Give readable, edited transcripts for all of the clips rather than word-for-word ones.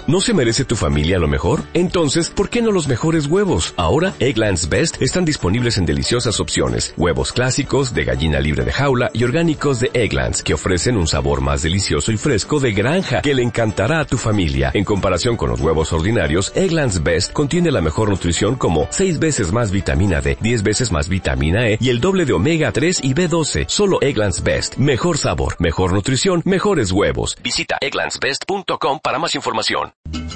¿No se merece tu familia lo mejor? Entonces, ¿por qué no los mejores huevos? Ahora, Eggland's Best están disponibles en deliciosas opciones. Huevos clásicos, de gallina libre de jaula y orgánicos de Eggland's, que ofrecen un sabor más delicioso y fresco de granja que le encantará a tu familia. En comparación con los huevos ordinarios, Eggland's Best contiene la mejor nutrición como 6 veces más vitamina D, 10 veces más vitamina E y el doble de omega 3 y B12. Solo Eggland's Best. Mejor sabor, mejor nutrición, mejores huevos. Visita egglandsbest.com para más información.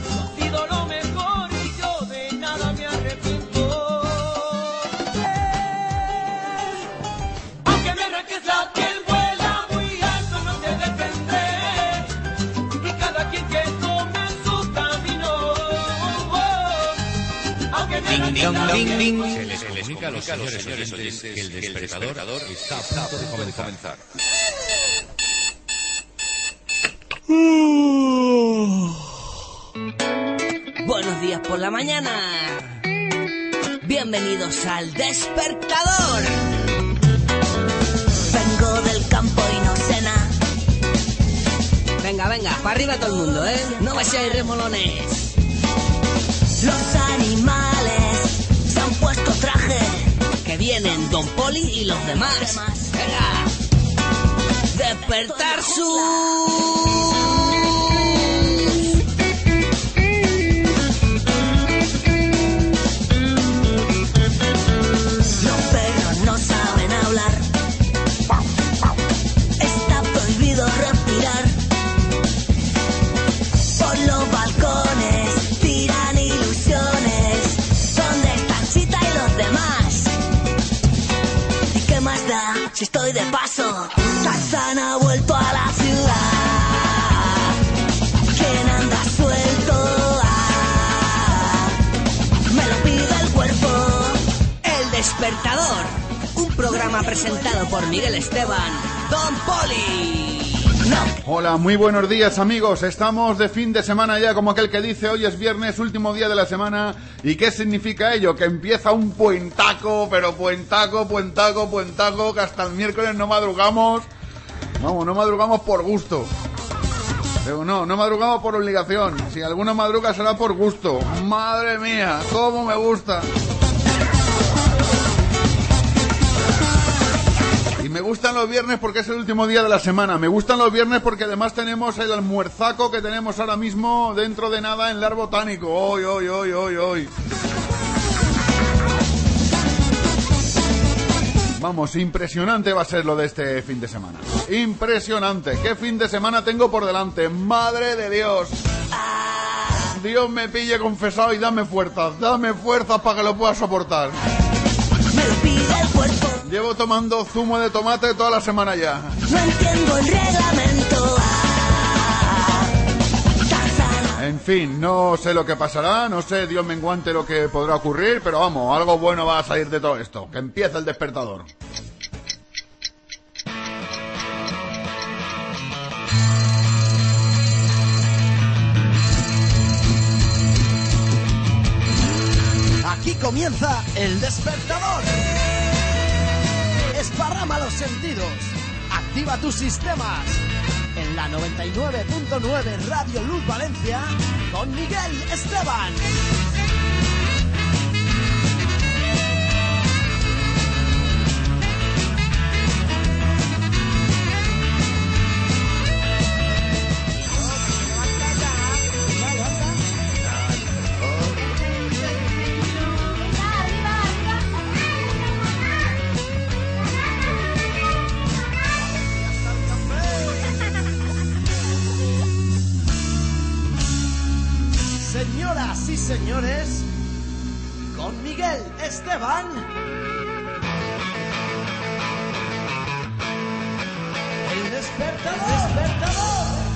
Ding, ding. Se les comunica a los señores oyentes que el despertador está a punto de comenzar. Buenos días por la mañana. Bienvenidos al despertador. Vengo del campo y no cena. Venga, para arriba todo el mundo, ¿eh? No me seáis remolones. Los animales se han puesto traje. Que vienen Don Poli y los demás. Venga. Despertar Los perros no saben hablar. Está prohibido respirar. Por los balcones tiran ilusiones. ¿Dónde están Chita y los demás? ¿Y qué más da si estoy de paso? Tarzán ha vuelto a la ciudad. ¿Quién anda suelto? Me lo pide el cuerpo. El despertador. Un programa presentado por Miguel Esteban, Don Poli. Hola, muy buenos días amigos, estamos de fin de semana ya, como aquel que dice hoy es viernes, último día de la semana. ¿Y qué significa ello? Que empieza un puentaco, pero puentaco, que hasta el miércoles no madrugamos. Vamos, no madrugamos por gusto. Pero no madrugamos por obligación. Si alguna madruga será por gusto. Madre mía, cómo me gusta. Me gustan los viernes porque es el último día de la semana. Me gustan los viernes porque además tenemos el almuerzaco que tenemos ahora mismo dentro de nada en Lar Botánico. Hoy. Vamos, impresionante va a ser lo de este fin de semana. Impresionante. ¿Qué fin de semana tengo por delante? ¡Madre de Dios! Dios me pille confesado y dame fuerzas para que lo pueda soportar. Me lo pide el cuerpo. Llevo tomando zumo de tomate toda la semana ya. No entiendo el reglamento. En fin, no sé lo que pasará, no sé, Dios menguante, lo que podrá ocurrir, pero vamos, algo bueno va a salir de todo esto. Que empiece el despertador. Aquí comienza el despertador. Esparrama los sentidos. Activa tus sistemas. En la 99.9 Radio Luz Valencia con Miguel Esteban. Señoras y señores, con Miguel Esteban, el despertador.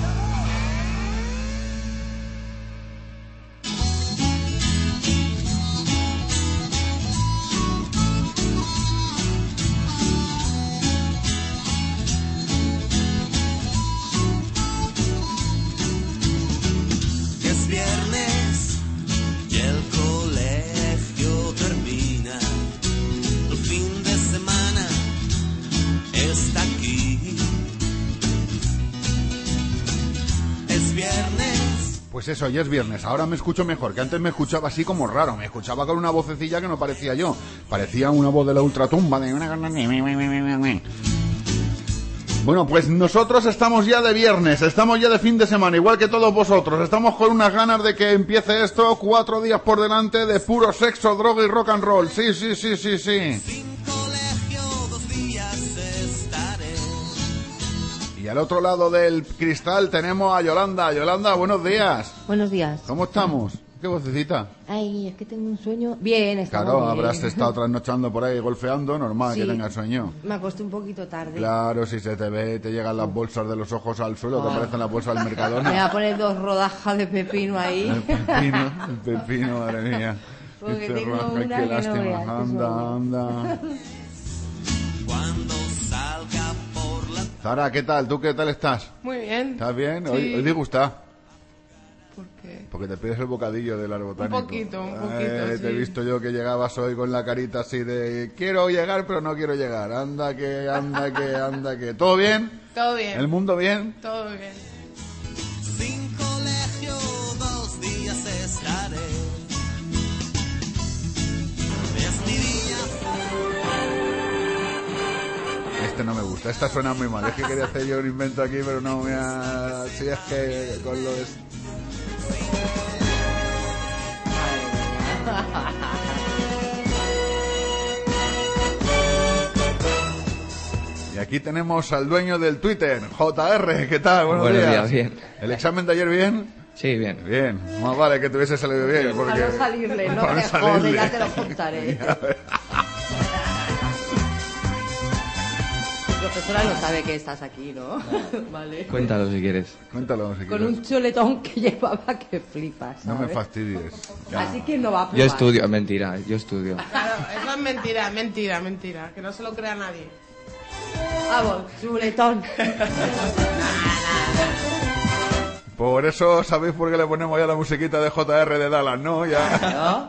Es viernes y el colegio termina. El fin de semana está aquí. Pues eso, ya es viernes. Ahora me escucho mejor, que antes me escuchaba así como raro. Me escuchaba con una vocecilla que no parecía yo. Parecía una voz de la ultratumba. Bueno, pues nosotros estamos ya de viernes, estamos ya de fin de semana, igual que todos vosotros. Estamos con unas ganas de que empiece esto, 4 días por delante de puro sexo, droga y rock and roll. Sí. Y al otro lado del cristal tenemos a Yolanda. Yolanda, buenos días. Buenos días. ¿Cómo estamos? ¿Qué vocecita? Ay, es que tengo un sueño. Bien, estamos Claro, bien. habrás estado trasnochando por ahí golfeando, normal Sí, que tengas sueño. Me acosté un poquito tarde. Claro, si se te ve, te llegan las bolsas de los ojos al suelo, te parecen las bolsas del Me voy Mercadona. a poner 2 rodajas de pepino ahí. El pepino, madre mía. Porque Y te tengo rasca, una qué que no lástima. veas, qué Anda, sueño. anda. Cuando salga por la Sara, ¿qué tal? ¿Tú qué tal estás? Muy bien. ¿Estás bien? Sí. Hoy disgusta. ¿Por qué? Porque te pides el bocadillo del botánico. Un poquito, Te he sí. visto yo que llegabas hoy con la carita así de quiero llegar pero no quiero llegar. Anda que. ¿Todo bien? Todo bien. ¿El mundo bien? Todo bien. sin colegio 2 días estaré. Es mi día. Este no me gusta, esta suena muy mal. Es que quería hacer yo un invento aquí, pero no me ha... Sí, es que con lo de... Y aquí tenemos al dueño del Twitter, JR. ¿Qué tal? Buenos días. Bien. ¿El examen de ayer bien? Sí, bien. Bien. Más vale que te hubiese salido bien. Porque... Para no salirle, no Para te salirle. jode, ya te lo contaré. Profesora no sabe que estás aquí, ¿no? Vale. Cuéntalo si quieres. Cuéntalo si Con quieres. un chuletón que llevaba que flipas, No me ¿sabes? fastidies. Ya. Así que no va a Yo probar. estudio, mentira, yo estudio. Claro, eso es mentira. Que no se lo crea nadie. Vamos, chuletón. Por eso sabéis por qué le ponemos ya la musiquita de JR de Dallas, ¿no? Ya. ¿No?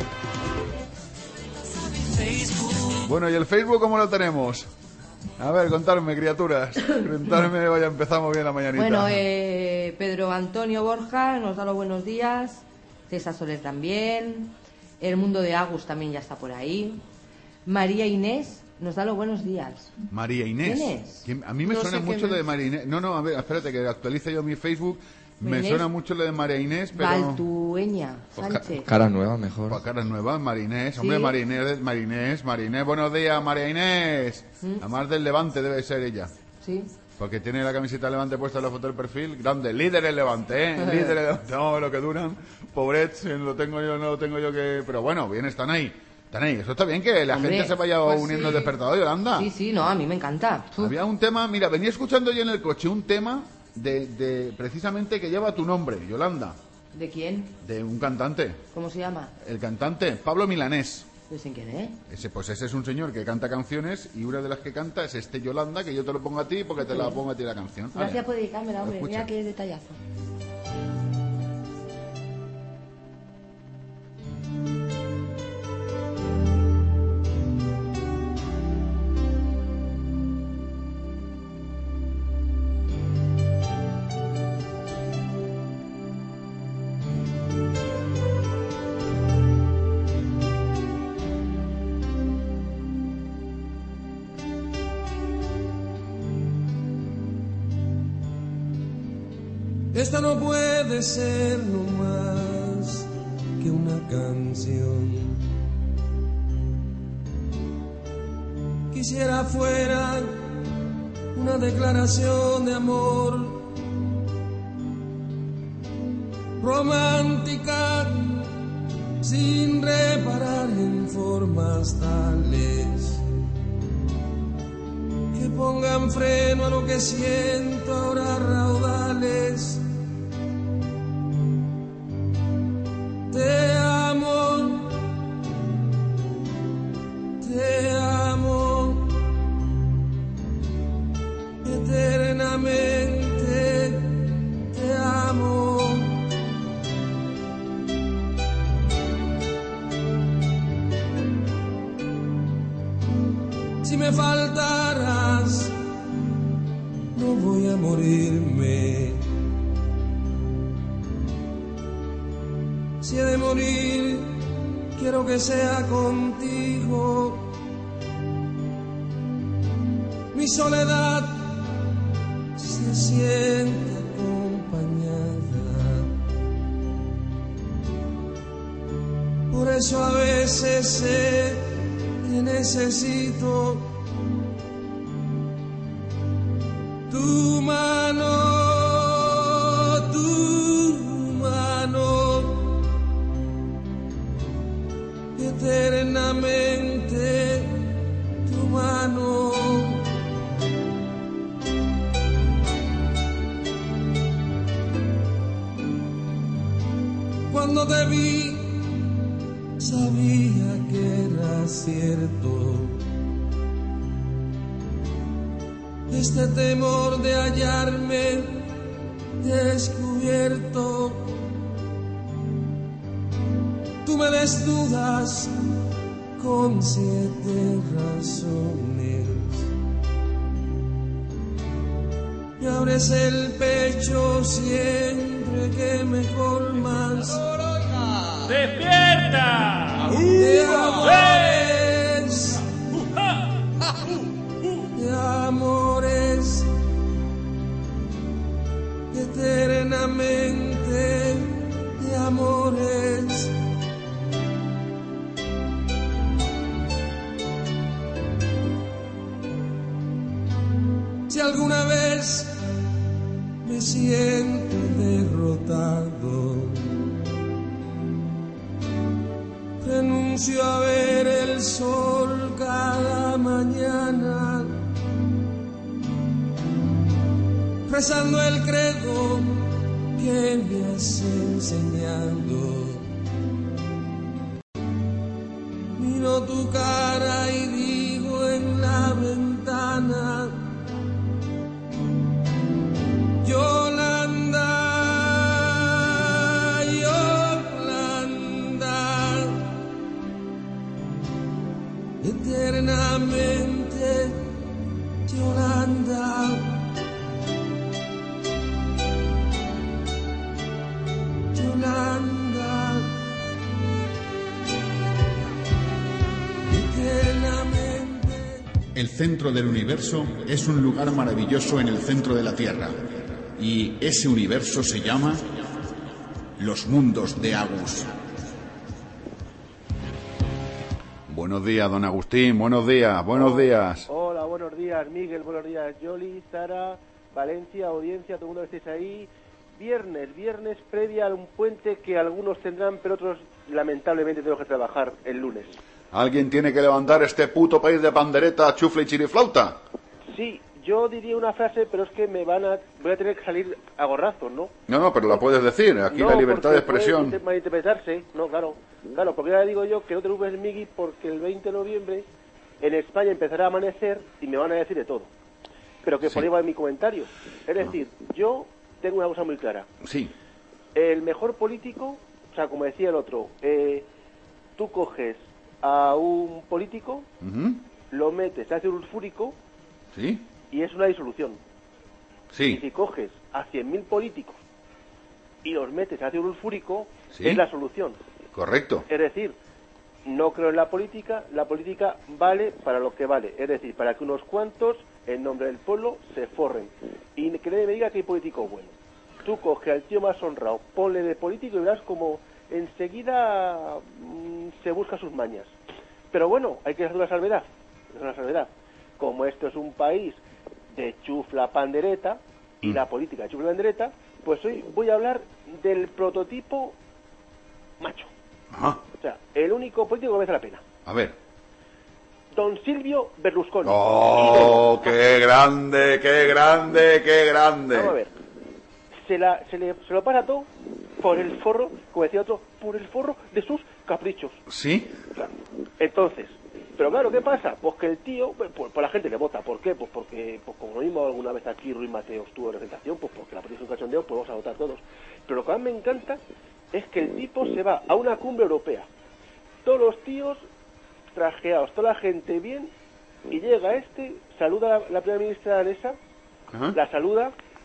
Bueno, ¿y el Facebook cómo lo tenemos? A ver, contadme, criaturas. Contadme, vaya, empezamos bien la mañanita. Bueno, Pedro Antonio Borja nos da los buenos días. César Soler también. El Mundo de Agus también ya está por ahí. María Inés nos da los buenos días. María Inés. ¿Quién es? A mí me No suena sé mucho quién lo de es. María Inés. No, a ver, espérate que actualice yo mi Facebook. Me Inés suena mucho lo de María Inés, pero... Valtueña Pues Sánchez. cara nueva, mejor. Pues caras nuevas, María Inés. Sí. Hombre, María Inés, buenos días, María Inés. Además del Levante debe ser ella. Sí. Porque tiene la camiseta de Levante puesta en la foto del perfil. Grande, líder el Levante, ¿eh? Líder el Levante. Vamos a ver lo que duran. Pobrets, lo tengo yo, no lo tengo yo que... Pero bueno, bien, están ahí. Están ahí. Eso está bien que la Hombre, gente se vaya pues uniendo al sí. despertador, Yolanda. Sí, no, a mí me encanta. Había un tema, mira, venía escuchando yo en el coche un tema de precisamente que lleva tu nombre, Yolanda, ¿De quién? de un cantante. ¿Cómo se llama? El cantante, Pablo Milanés. No sé quién es. Ese es un señor que canta canciones y una de las que canta es este Yolanda, que yo te lo pongo a ti porque te la pongo a ti la canción. Gracias Vale. por dedicármela, hombre. Escucha. Mira qué detallazo. Esta no puede ser no más que una canción. Quisiera fuera una declaración de amor romántica, sin reparar en formas tales que pongan freno a lo que siento ahora raudales. Te amo, eternamente te amo. Si me faltaras, no voy a morirme. Si he de morir, quiero que sea contigo. Mi soledad se siente acompañada. Por eso a veces sé que necesito tu mano, eternamente tu mano. Cuando te vi, sabía que era cierto. Este temor de hallarme descubierto. Tú me desnudas con 7 razones. Me abres el pecho siempre que me colmas. ¡Despierta! De amores, de amores, eternamente de amores. Si alguna vez me siento derrotado, renuncio a ver el sol cada mañana, rezando el credo que me has enseñado. Miro tu cara y digo en la ventana: Yolanda, Yolanda, eternamente Yolanda, Yolanda, eternamente. El centro del universo es un lugar maravilloso en el centro de la Tierra. Y ese universo se llama los mundos de Agus. Buenos días, don Agustín. Buenos días, buenos días. Hola, buenos días, Miguel. Buenos días, Yoli, Sara, Valencia, audiencia, todo el mundo que estéis ahí. Viernes previa a un puente que algunos tendrán, pero otros lamentablemente tenemos que trabajar el lunes. ¿Alguien tiene que levantar este puto país de pandereta, chufle y chiriflauta? Sí. Yo diría una frase, pero es que voy a tener que salir a gorrazos, ¿no? No, pero la puedes decir. Aquí no, la libertad de expresión. Puede malinterpretarse. No, claro, porque ya digo yo que no te preocupes, Migui, porque el 20 de noviembre en España empezará a amanecer y me van a decir de todo. Pero que por ahí va mi comentario. Es decir, yo tengo una cosa muy clara. Sí. El mejor político, o sea, como decía el otro, tú coges a un político, lo metes a ácido sulfúrico. Sí. Y es una disolución. Sí. Y si coges a 100.000 políticos y los metes a ácido sulfúrico, sí, es la solución. Correcto. Es decir, no creo en la política vale para lo que vale. Es decir, para que unos cuantos, en nombre del pueblo, se forren. Y que nadie me diga que hay político bueno. Tú coge al tío más honrado, ponle de político y verás como enseguida se busca sus mañas. Pero bueno, hay que hacer una salvedad. Como esto es un país de chufla pandereta y la política de chufla pandereta, pues hoy voy a hablar del prototipo macho. Ajá. O sea, el único político que merece la pena. A ver. Don Silvio Berlusconi. ¡Oh, qué grande, qué grande, qué grande! Vamos a ver. Se lo pasa todo por el forro, como decía otro, por el forro de sus caprichos. ¿Sí? Claro. Entonces, pero claro, ¿qué pasa? Pues que el tío, pues la gente le vota. ¿Por qué? Pues porque, pues como lo mismo alguna vez aquí Ruiz Mateos tuvo representación, pues porque la política es un cachondeo, pues vamos a votar todos. Pero lo que más me encanta es que el tipo se va a una cumbre europea. Todos los tíos trajeados, toda la gente bien, y llega saluda a la primera ministra danesa, la saluda,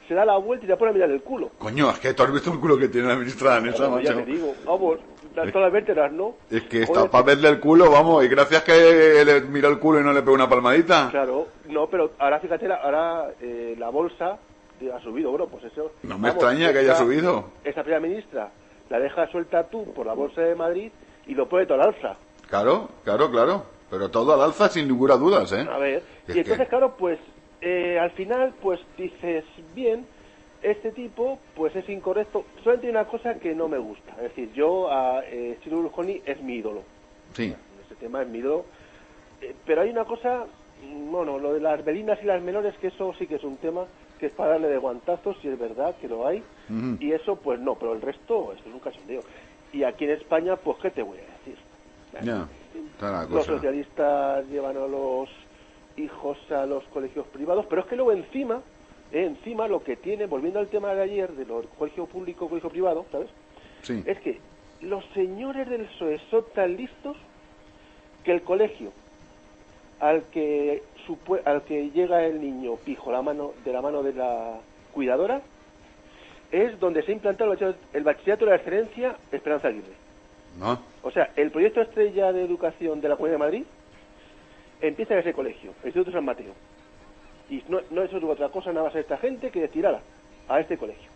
se da la vuelta y te pone a mirar el culo. Coño, es que tú has visto el culo que tiene la ministra danesa, Bueno, ya macho. te digo, vamos, todas las vértebras, ¿no? Es que está Joder, para verle el culo, vamos, y gracias que le mira el culo y no le pega una palmadita. Claro, no, pero ahora fíjate, la bolsa ha subido, bueno, pues eso... No me extraña que haya subido. Esta primera ministra la deja suelta tú por la bolsa de Madrid y lo pone todo al alza. Claro. Pero todo al alza sin ninguna duda, ¿eh? A ver, Es y entonces, que- claro, pues al final, pues dices, bien, este tipo, pues es incorrecto. Solamente hay una cosa que no me gusta. Es decir, yo, Silvio Berlusconi es mi ídolo. Sí. Ese tema es mi ídolo. Pero hay una cosa, bueno, lo de las velinas y las menores, que eso sí que es un tema que es para darle de guantazos, si es verdad que lo hay. Ujú. Y eso, pues no, pero el resto, esto es un cachondeo. Y aquí en España, pues, ¿qué te voy a decir? Ya, está la Los cosa. socialistas llevan a los hijos a los colegios privados, pero es que luego encima lo que tiene, volviendo al tema de ayer, de los colegio público, colegio privado, ¿sabes? Sí. Es que los señores del PSOE son tan listos que el colegio al que llega el niño pijo de la mano de la cuidadora es donde se ha implantado el bachillerato de la excelencia Esperanza Aguirre. ¿No? O sea, el proyecto estrella de educación de la Comunidad de Madrid empieza en ese colegio, el Instituto San Mateo. Y no es otra cosa nada más a esta gente que destirarla a este colegio.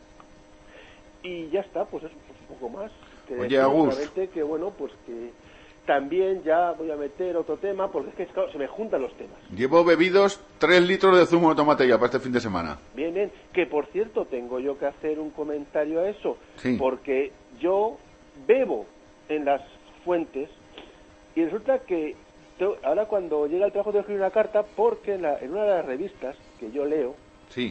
Y ya está, pues es un poco más. Que Oye, decir, Agus. solamente que bueno, pues que también ya voy a meter otro tema, porque es que claro, se me juntan los temas. Llevo bebidos 3 litros de zumo de tomate ya para este fin de semana. Bien, bien. Que por cierto, tengo yo que hacer un comentario a eso, Sí. porque yo bebo en las fuentes y resulta que ahora cuando llega el trabajo tengo que escribir una carta porque en una de las revistas que yo leo Sí.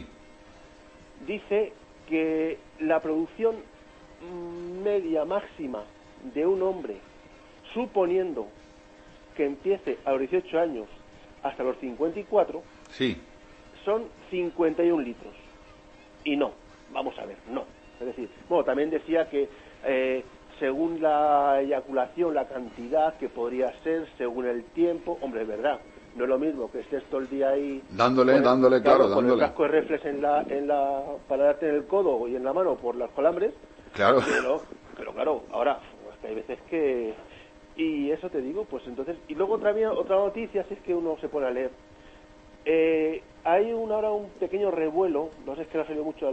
dice que la producción media máxima de un hombre, suponiendo que empiece a los 18 años hasta los 54, Sí. son 51 litros. Y no, vamos a ver, no. Es decir, bueno, también decía que según la eyaculación, la cantidad que podría ser, según el tiempo, hombre, es verdad, no es lo mismo que estés todo el día ahí... Dándole, con claro, con dándole. el casco de reflex para darte en el codo y en la mano por las calambres. Claro. Pero claro, ahora, es que hay veces que... Y eso te digo, pues entonces... Y luego otra noticia, si es que uno se pone a leer. Hay ahora un pequeño revuelo, no sé, es que no ha salido mucho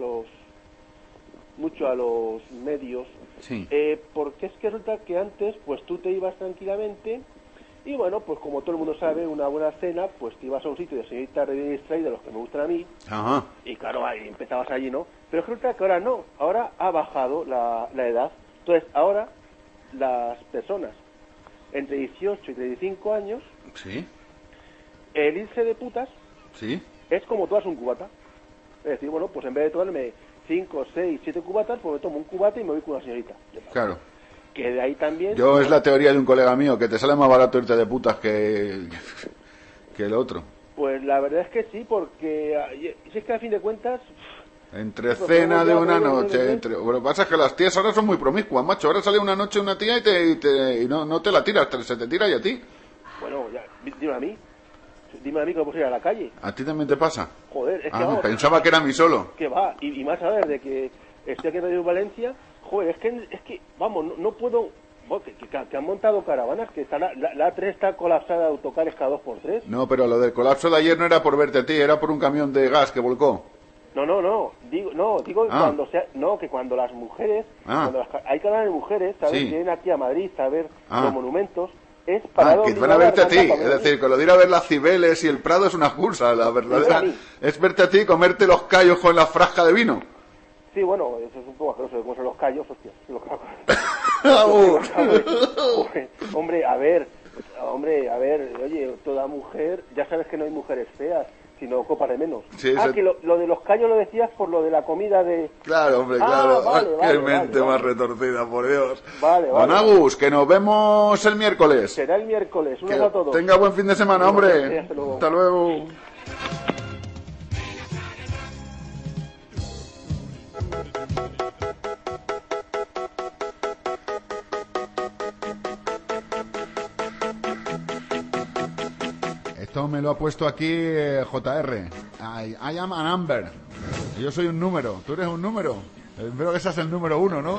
a los medios, Sí. porque es que resulta que antes, pues tú te ibas tranquilamente y bueno, pues como todo el mundo sabe, una buena cena, pues te ibas a un sitio de señorita Redinistray, de los que me gustan a mí, Ajá. y claro, ahí empezabas allí, ¿no? Pero es que resulta que ahora no, ahora ha bajado la edad. Entonces, ahora las personas entre 18 y 35 años, Sí. el irse de putas Sí. es como tomas un cubata. Es decir, bueno, pues en vez de tomarme 5, 6, 7 cubatas, pues me tomo un cubata y me voy con una señorita. Claro. Que de ahí también... Yo es la teoría de un colega mío, que te sale más barato irte de putas que el otro. Pues la verdad es que sí, porque si es que a fin de cuentas... Entre Pues cena luego de ya una vuelve, noche, vuelve. Lo que pasa es que las tías ahora son muy promiscuas, macho. Ahora sale una noche una tía y no te la tiras, se te tira y a ti. Bueno, ya, dime a mí que no puedo ir a la calle. ¿A ti también te pasa? Joder, es que Ah, vamos, pensaba que era a mí solo. que va, y más a ver, de que estoy aquí en Radio Valencia, joder, es que vamos, no puedo... bueno, que han montado caravanas, que está la A3 está colapsada de autocares cada 2x3. No, pero lo del colapso de ayer no era por verte a ti, era por un camión de gas que volcó. No, digo Ah. que cuando las mujeres, Ah. hay caravanas de mujeres, ¿sabes? Sí. Vienen aquí a Madrid a ver Ah. los monumentos, es para Que van a verte a ti, es decir, que lo de ir a ver las Cibeles y el Prado es una excusa, la verdadera Sí, es verte a ti y comerte los callos con la frasca de vino. Sí, bueno, eso es un poco asqueroso, como son los callos, hostia. Hombre, a ver, oye, toda mujer, ya sabes que no hay mujeres feas, sino copas de menos. Sí, que lo de los callos lo decías por lo de la comida de... Claro, hombre, Ah, claro. vale, Qué mente más retorcida, por Dios. Vale. Don Agus, que nos vemos el miércoles. Será el miércoles, un Que abrazo a todos. tenga buen fin de semana, hombre. Hasta luego. Hasta luego. Esto me lo ha puesto aquí JR. I am an Amber. Yo soy un número. ¿Tú eres un número? Espero que seas el número 1, ¿no?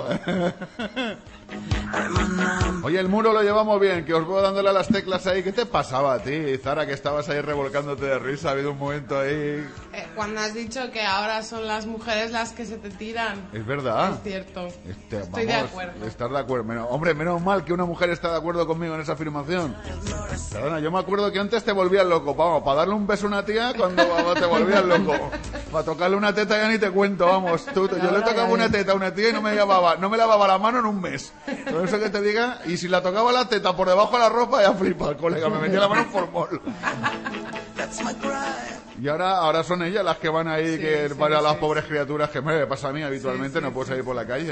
Oye, el muro lo llevamos bien, que os veo dándole a las teclas ahí. ¿Qué te pasaba a ti, Zara, que estabas ahí revolcándote de risa? Ha habido un momento ahí... Cuando has dicho que ahora son las mujeres las que se te tiran. Es verdad. Es cierto. Estoy vamos, de acuerdo. Estar de acuerdo. Hombre, menos mal que una mujer está de acuerdo conmigo en esa afirmación. Perdona, yo me acuerdo que antes te volvías loco. Vamos, para darle un beso a una tía cuando te volvías loco. Para tocarle una teta ya ni te cuento, vamos. Yo le tocaba una teta a una tía y no me lavaba la mano en un mes. Por eso que te diga, y si la tocaba la teta por debajo de la ropa, ya flipa, colega, me metía la mano en formol. Y ahora son ellas las que van ahí, para las pobres criaturas, que me pasa a mí habitualmente, no puedo salir por la calle.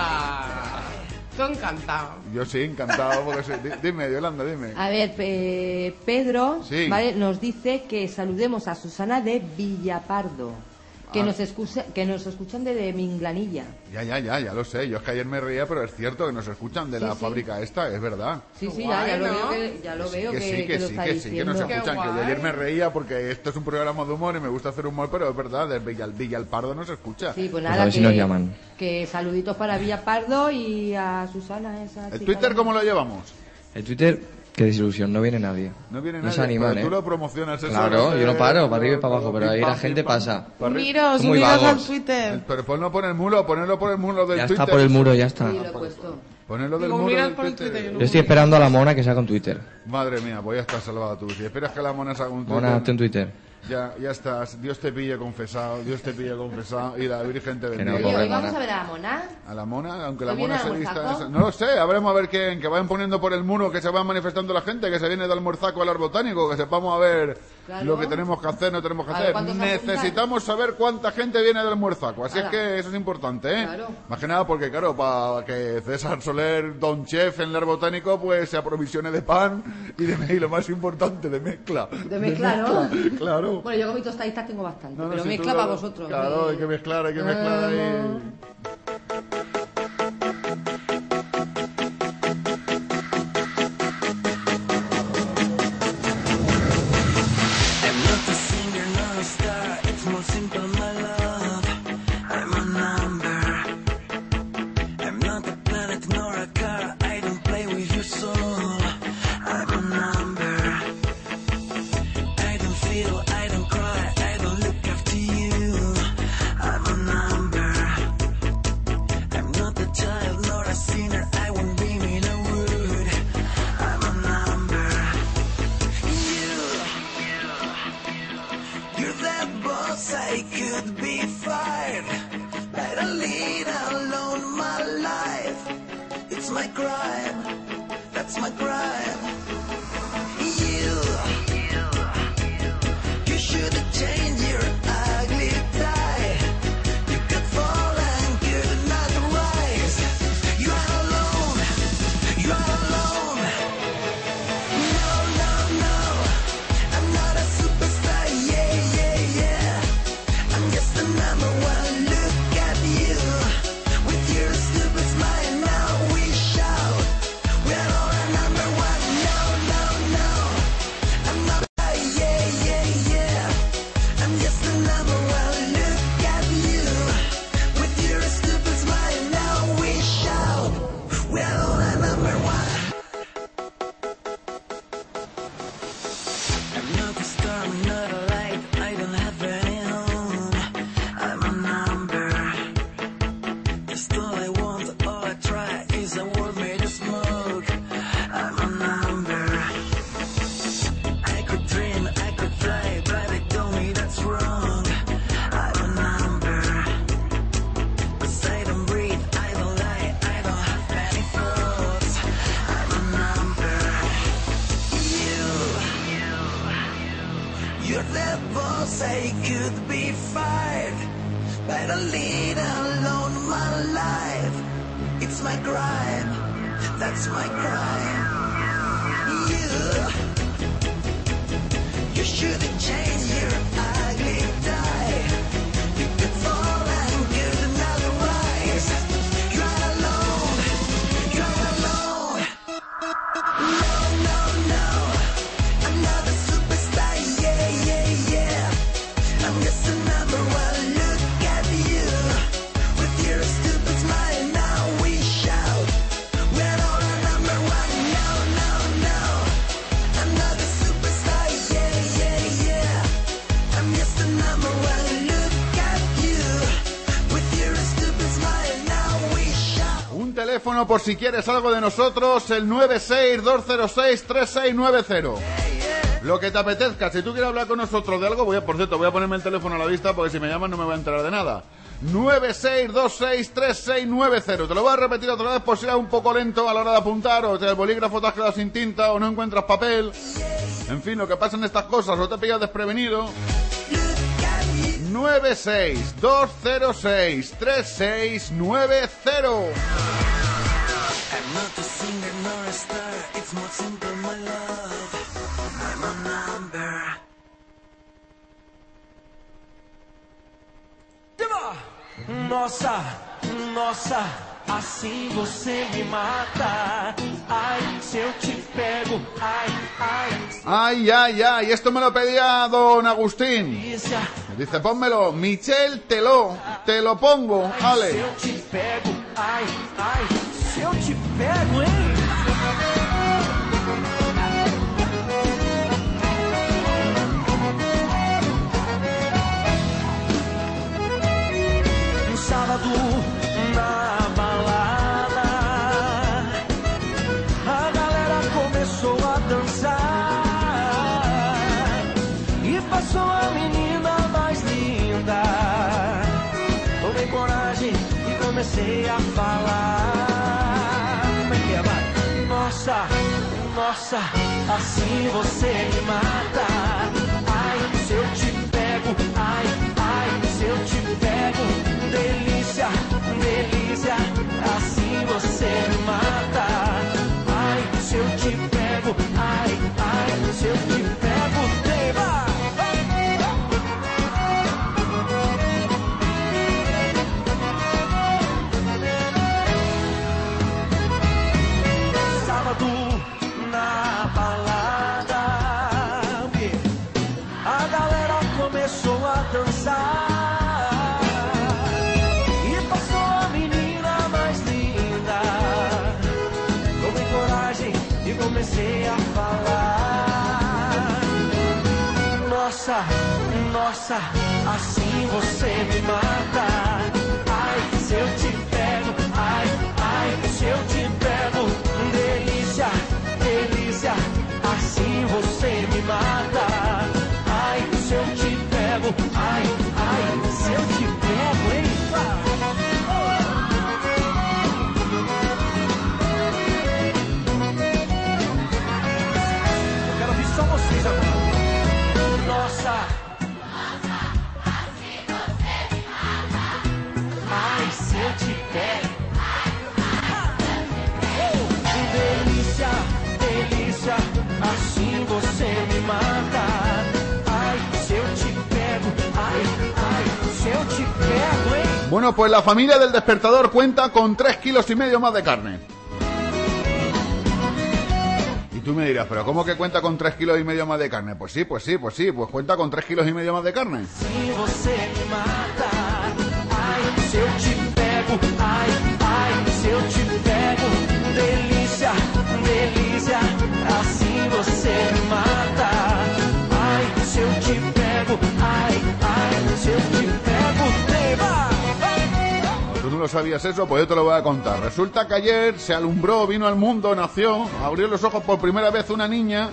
Tú encantado. Yo sí, encantado, porque sí. Dime, Yolanda, dime. A ver, Pedro, sí. ¿vale? Nos dice que saludemos a Susana de Villapardo. Que nos escuchan de Minglanilla. Ya lo sé. Yo es que ayer me reía, pero es cierto que nos escuchan de la fábrica esta, es verdad. Sí, ya lo veo que lo está diciendo. Que nos escuchan. Que yo ayer me reía porque esto es un programa de humor y me gusta hacer humor, pero es verdad, de Villalpardo nos escucha. Sí, pues nada, a ver si nos llaman. Que saluditos para Villapardo y a Susana, esa chica. ¿El Twitter cómo lo llevamos? El Twitter... Qué desilusión, no viene nadie. No viene nadie, no se animan, tú lo promocionas eso. Claro, yo no paro, para arriba y para abajo, pero ahí la gente pasa. Uniros al Twitter. Pero ponlo por el muro, ponelo por el muro del ya Twitter. Ya está por el muro, ya está. Sí, lo he puesto. Ponelo del muro del Twitter. Yo estoy esperando a la mona que salga en Twitter. Madre mía, pues ya estás salvada tú. Si esperas que la mona salga en Twitter... Mona, hazte en Twitter. Ya estás, Dios te pille confesado y la Virgen te bendiga. No, hoy vamos a ver a la mona. A la mona, aunque la mona se vista... No lo sé, habremos a ver quién, que vayan poniendo por el muro, que se van manifestando la gente, que se viene de almorzaco al Arbotánico, que sepamos a ver lo que tenemos que hacer, no tenemos que hacer. Necesitamos saber cuánta gente viene del almorzaco, así es que eso es importante, ¿eh? Claro. Más que nada porque, claro, para que César Soler, Don Chef en el Arbotánico, pues se aprovisione de pan y lo más importante, de mezcla. De mezcla, ¿no? Claro. Bueno, yo con mis tostaditas tengo bastante, pero mezcla para vosotros. Claro, hay que mezclar ahí. I'm just a number one, look at teléfono por si quieres algo de nosotros, el 962063690. Lo que te apetezca, si tú quieres hablar con nosotros de algo, voy a ponerme el teléfono a la vista porque si me llaman no me voy a enterar de nada. 962063690. Te lo voy a repetir otra vez por si eres un poco lento a la hora de apuntar, o el bolígrafo te has quedado sin tinta, o no encuentras papel. En fin, lo que pasa en estas cosas, o te pillas desprevenido. 962063690. I'm not a singer nor a star, it's more simple, my love. I'm a number. Nossa, nossa, assim você me mata. Ai, se eu te pego, ai, ai. Ay, ay, ay, esto me lo pedía don Agustín. Me dice, pónmelo, Michel, te lo pongo, vale. Se eu te pego, ai, ai, se eu te pego, hein? Sábado na balada, a galera começou a dançar e passou a menina mais linda. Tomei coragem e comecei a falar. Como é que é, vai? Nossa, nossa, assim você me mata. Ai, se eu te pego, ai, ai, se eu te pego. Delícia, delícia, assim você me mata. Ai, se eu te pego, ai, ai, se eu te pego, tema. Sábado na balada, a galera começou a dançar. Comecei a falar. Nossa, nossa, assim você me mata. Ai, se eu te pego, ai, ai, se eu te pego. Delícia, delícia, assim você me mata. Ai, se eu te pego, ai, ai, se eu te pego, hein? Só vocês agora. Nossa, nossa, assim você me mata. Ai, se eu te pego. Delícia, delícia, assim você me mata. Ai, se eu te pego. Ai, ai, se eu te pego, hein? Bueno, pues la familia del Despertador cuenta con 3,5 kilos más de carne. Tú me dirás, ¿pero cómo que cuenta con 3,5 kilos más de carne? Pues sí, pues cuenta con 3,5 kilos más de carne. Se você me mata, ai, se eu te pego, ai, ai, se eu te pego, delícia, delícia, assim você me mata, ai, se eu te pego, ai, ai, se eu te pego, tema. ¿Tú no lo sabías eso? Pues yo te lo voy a contar. Resulta que ayer se alumbró, vino al mundo, nació, abrió los ojos por primera vez una niña,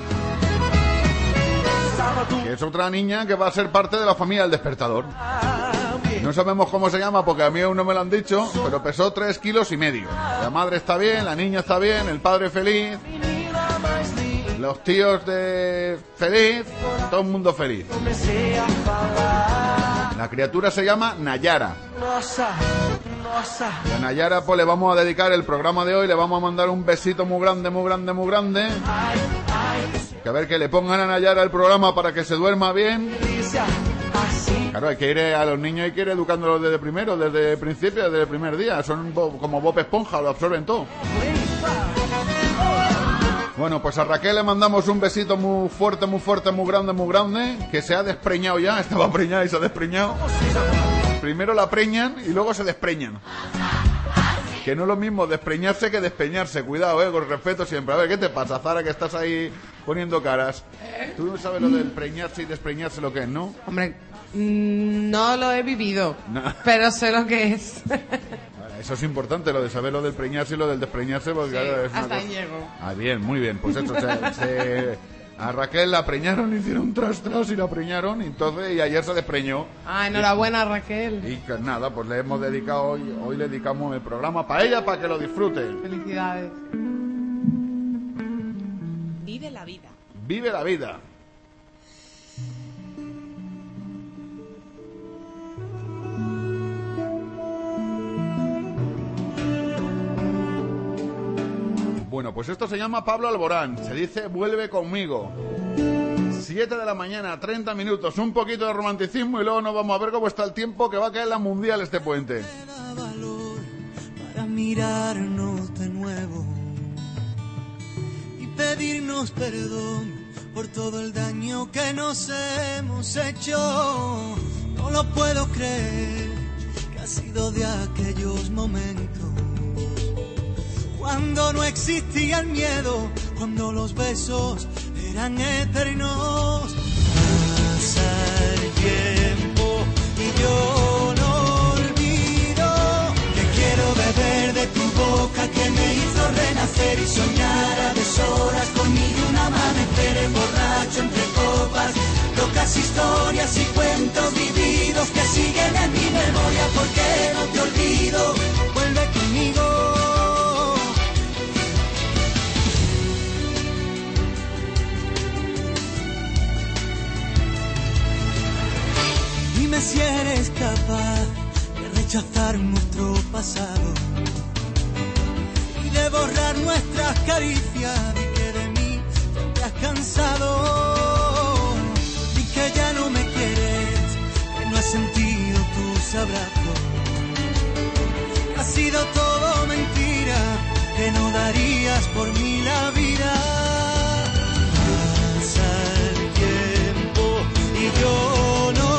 que es otra niña que va a ser parte de la familia del Despertador. No sabemos cómo se llama porque a mí aún no me lo han dicho, pero pesó 3,5 kilos. La madre está bien, la niña está bien, el padre feliz, los tíos de feliz, todo el mundo feliz. La criatura se llama Nayara. Y a Nayara pues le vamos a dedicar el programa de hoy, le vamos a mandar un besito muy grande, muy grande, muy grande. Que a ver que le pongan a Nayara el programa para que se duerma bien. Claro, hay que ir a los niños, hay que ir educándolos desde primero, desde el principio, desde el primer día. Son como Bob Esponja, lo absorben todo. Bueno, pues a Raquel le mandamos un besito muy fuerte, muy fuerte, muy grande, que se ha despreñado ya, estaba preñada y se ha despreñado. Primero la preñan y luego se despreñan. Que no es lo mismo despreñarse que despeñarse, cuidado, con respeto siempre. A ver, ¿qué te pasa, Zara, que estás ahí poniendo caras? Tú no sabes lo del preñarse y despreñarse lo que es, ¿no? Hombre, no lo he vivido, pero sé lo que es. Eso es importante, lo de saber lo del preñarse y lo del despreñarse, porque Sí, claro, es una hasta ahí cosa- llego. Ah, bien, muy bien. Pues eso, a Raquel la preñaron, le hicieron un tras y la preñaron, y ayer se despreñó. Ah, enhorabuena, Raquel. Y que nada, pues le hemos dedicado hoy le dedicamos el programa para ella, para que lo disfrute. Felicidades. Vive la vida. Vive la vida. Bueno, pues esto se llama Pablo Alborán. Se dice Vuelve conmigo. 7 de la mañana, 30 minutos, un poquito de romanticismo y luego nos vamos a ver cómo está el tiempo, que va a caer la mundial este puente. Para mirarnos de nuevo y pedirnos perdón por todo el daño que nos hemos hecho. No lo puedo creer, que ha sido de aquellos momentos cuando no existía el miedo, cuando los besos eran eternos. Pasa el tiempo y yo no olvido que quiero beber de tu boca que me hizo renacer y soñar a deshoras conmigo un amanecer borracho entre copas, locas historias y cuentos vividos que siguen en mi memoria. Porque no te olvido, vuelve conmigo. Dime si eres capaz de rechazar nuestro pasado y de borrar nuestras caricias. Di que de mí te has cansado y que ya no me quieres, que no has sentido tus abrazos, que ha sido todo mentira, que no darías por mí la vida. Pasa el tiempo y yo no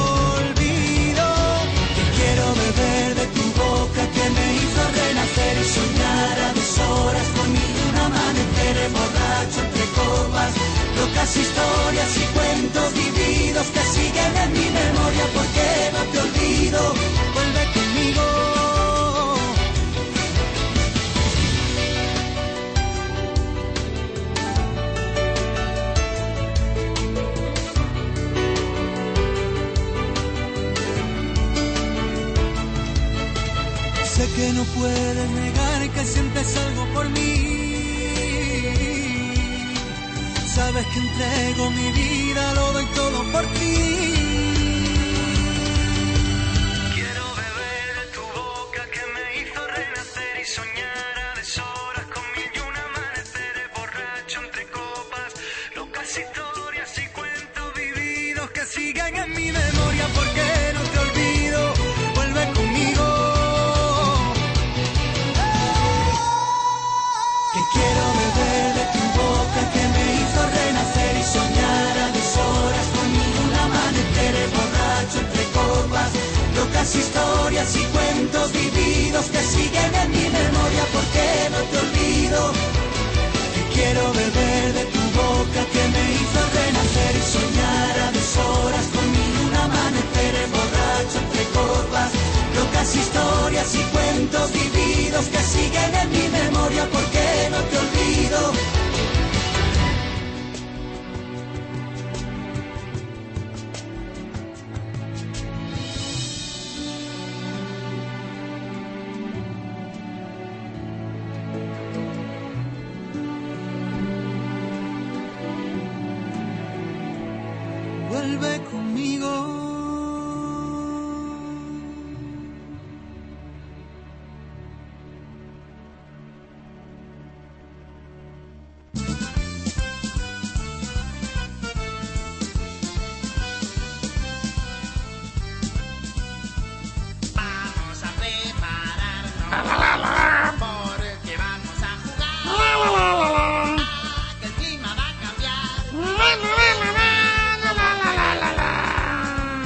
beber de tu boca que me hizo renacer y soñar a deshoras conmigo un amanecer borracho entre copas, locas historias y cuentos vividos que siguen en mi memoria. Porque no te olvido, vuelve conmigo. Sé que no puedes negar que sientes algo por mí. Sabes que entrego mi vida, lo doy todo por ti. Quiero beber de tu boca que me hizo renacer y soñar a deshoras con mil y un amanecer borracho entre copas, locas historias y cuentos vividos que siguen en mi memoria. Porque no te olvido, vuelve conmigo. Quiero beber de tu boca que me hizo renacer y soñar a deshoras conmigo un amanecer borracho entre copas, locas historias y cuentos vividos que siguen en mi memoria. Porque no te olvido, que quiero beber de tu boca que me hizo renacer y soñar a deshoras conmigo un amanecer borracho entre copas, locas historias y cuentos vividos que siguen en mi memoria. Porque no te olvido. Vuelve conmigo. Porque vamos a jugar. Que el clima va a cambiar.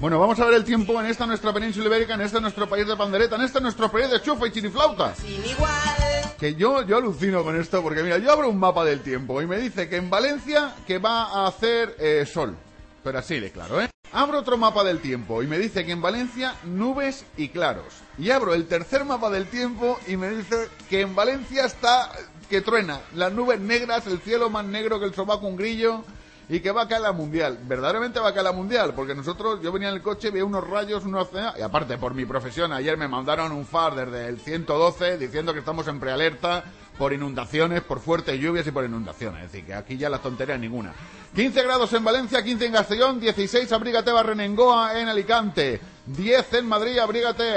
Bueno, vamos a ver el tiempo en esta nuestra península ibérica, en este nuestro país de pandereta, en este nuestro país de chufa y chiriflauta. Que yo alucino con esto, porque mira, yo abro un mapa del tiempo y me dice que en Valencia que va a hacer sol. Pero así de claro, ¿eh? Abro otro mapa del tiempo y me dice que en Valencia nubes y claros. Y abro el tercer mapa del tiempo y me dice que en Valencia está que truena, las nubes negras, el cielo más negro que el sobaco un grillo, y que va a caer la Mundial. Verdaderamente va a caer la Mundial, porque yo venía en el coche, veía unos rayos, y aparte por mi profesión, ayer me mandaron un FAR desde el 112 diciendo que estamos en prealerta por inundaciones, por fuertes lluvias y por inundaciones. Es decir, que aquí ya las tonterías ninguna. 15 grados en Valencia, 15 en Castellón, 16 abrígate Barrenengoa en Alicante, 10 en Madrid, abrígate,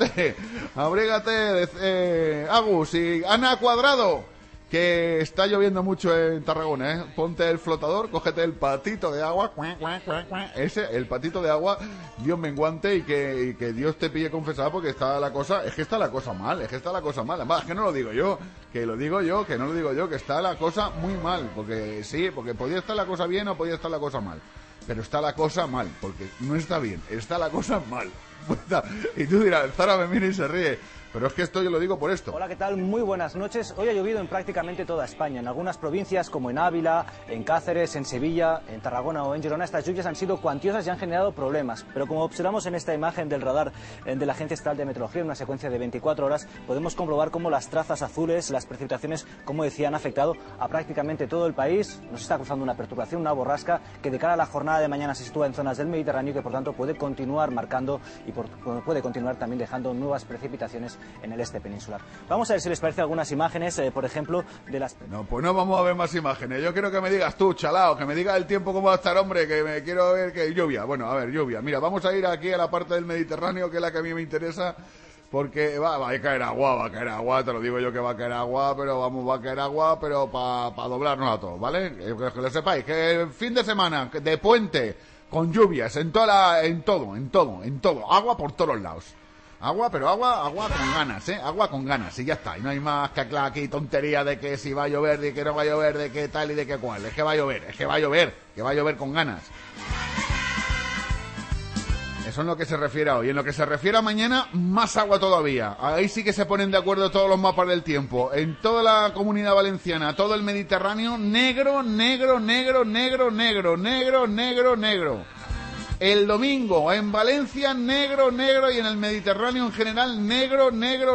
Agus y Ana Cuadrado, que está lloviendo mucho en Tarragona, ¿eh? Ponte el flotador, cógete el patito de agua, el patito de agua, Dios menguante, y que Dios te pille confesado, porque está la cosa mal. Además, es que no lo digo yo, que no lo digo yo, que está la cosa muy mal, porque sí, porque podía estar la cosa bien o podía estar la cosa mal, pero está la cosa mal, porque no está bien, está la cosa mal. Y tú dirás, Zara me mira y se ríe. Pero es que esto yo lo digo por esto. Hola, ¿qué tal? Muy buenas noches. Hoy ha llovido en prácticamente toda España. En algunas provincias, como en Ávila, en Cáceres, en Sevilla, en Tarragona o en Girona, estas lluvias han sido cuantiosas y han generado problemas. Pero como observamos en esta imagen del radar de la Agencia Estatal de Meteorología, en una secuencia de 24 horas, podemos comprobar cómo las trazas azules, las precipitaciones, como decía, han afectado a prácticamente todo el país. Nos está cruzando una perturbación, una borrasca, que de cara a la jornada de mañana se sitúa en zonas del Mediterráneo y que, por tanto, puede continuar marcando y puede continuar también dejando nuevas precipitaciones en el este peninsular. Vamos a ver si les parece algunas imágenes, por ejemplo, de las... No, pues no vamos a ver más imágenes. Yo quiero que me digas tú, chalao, que me digas el tiempo cómo va a estar, hombre, que me quiero ver que lluvia. Bueno, a ver, lluvia. Mira, vamos a ir aquí a la parte del Mediterráneo, que es la que a mí me interesa, porque va a caer agua, te lo digo yo que va a caer agua, pero va a caer agua, pero para doblarnos a todos, ¿vale? Que lo sepáis, que el fin de semana de puente, con lluvias, en todo, agua por todos lados. Agua con ganas, agua con ganas, y ya está. Y no hay más que aquí tontería de que si va a llover, de que no va a llover, de qué tal y de qué cual. Es que va a llover con ganas. Eso es lo que se refiere a hoy. En lo que se refiere a mañana, más agua todavía. Ahí sí que se ponen de acuerdo todos los mapas del tiempo. En toda la Comunidad Valenciana, todo el Mediterráneo, negro. El domingo en Valencia, negro, y en el Mediterráneo en general, negro.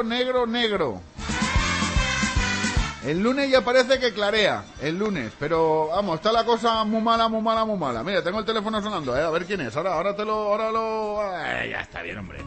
El lunes ya parece que clarea, pero vamos, está la cosa muy mala. Mira, tengo el teléfono sonando, a ver quién es, ahora ya está bien, hombre.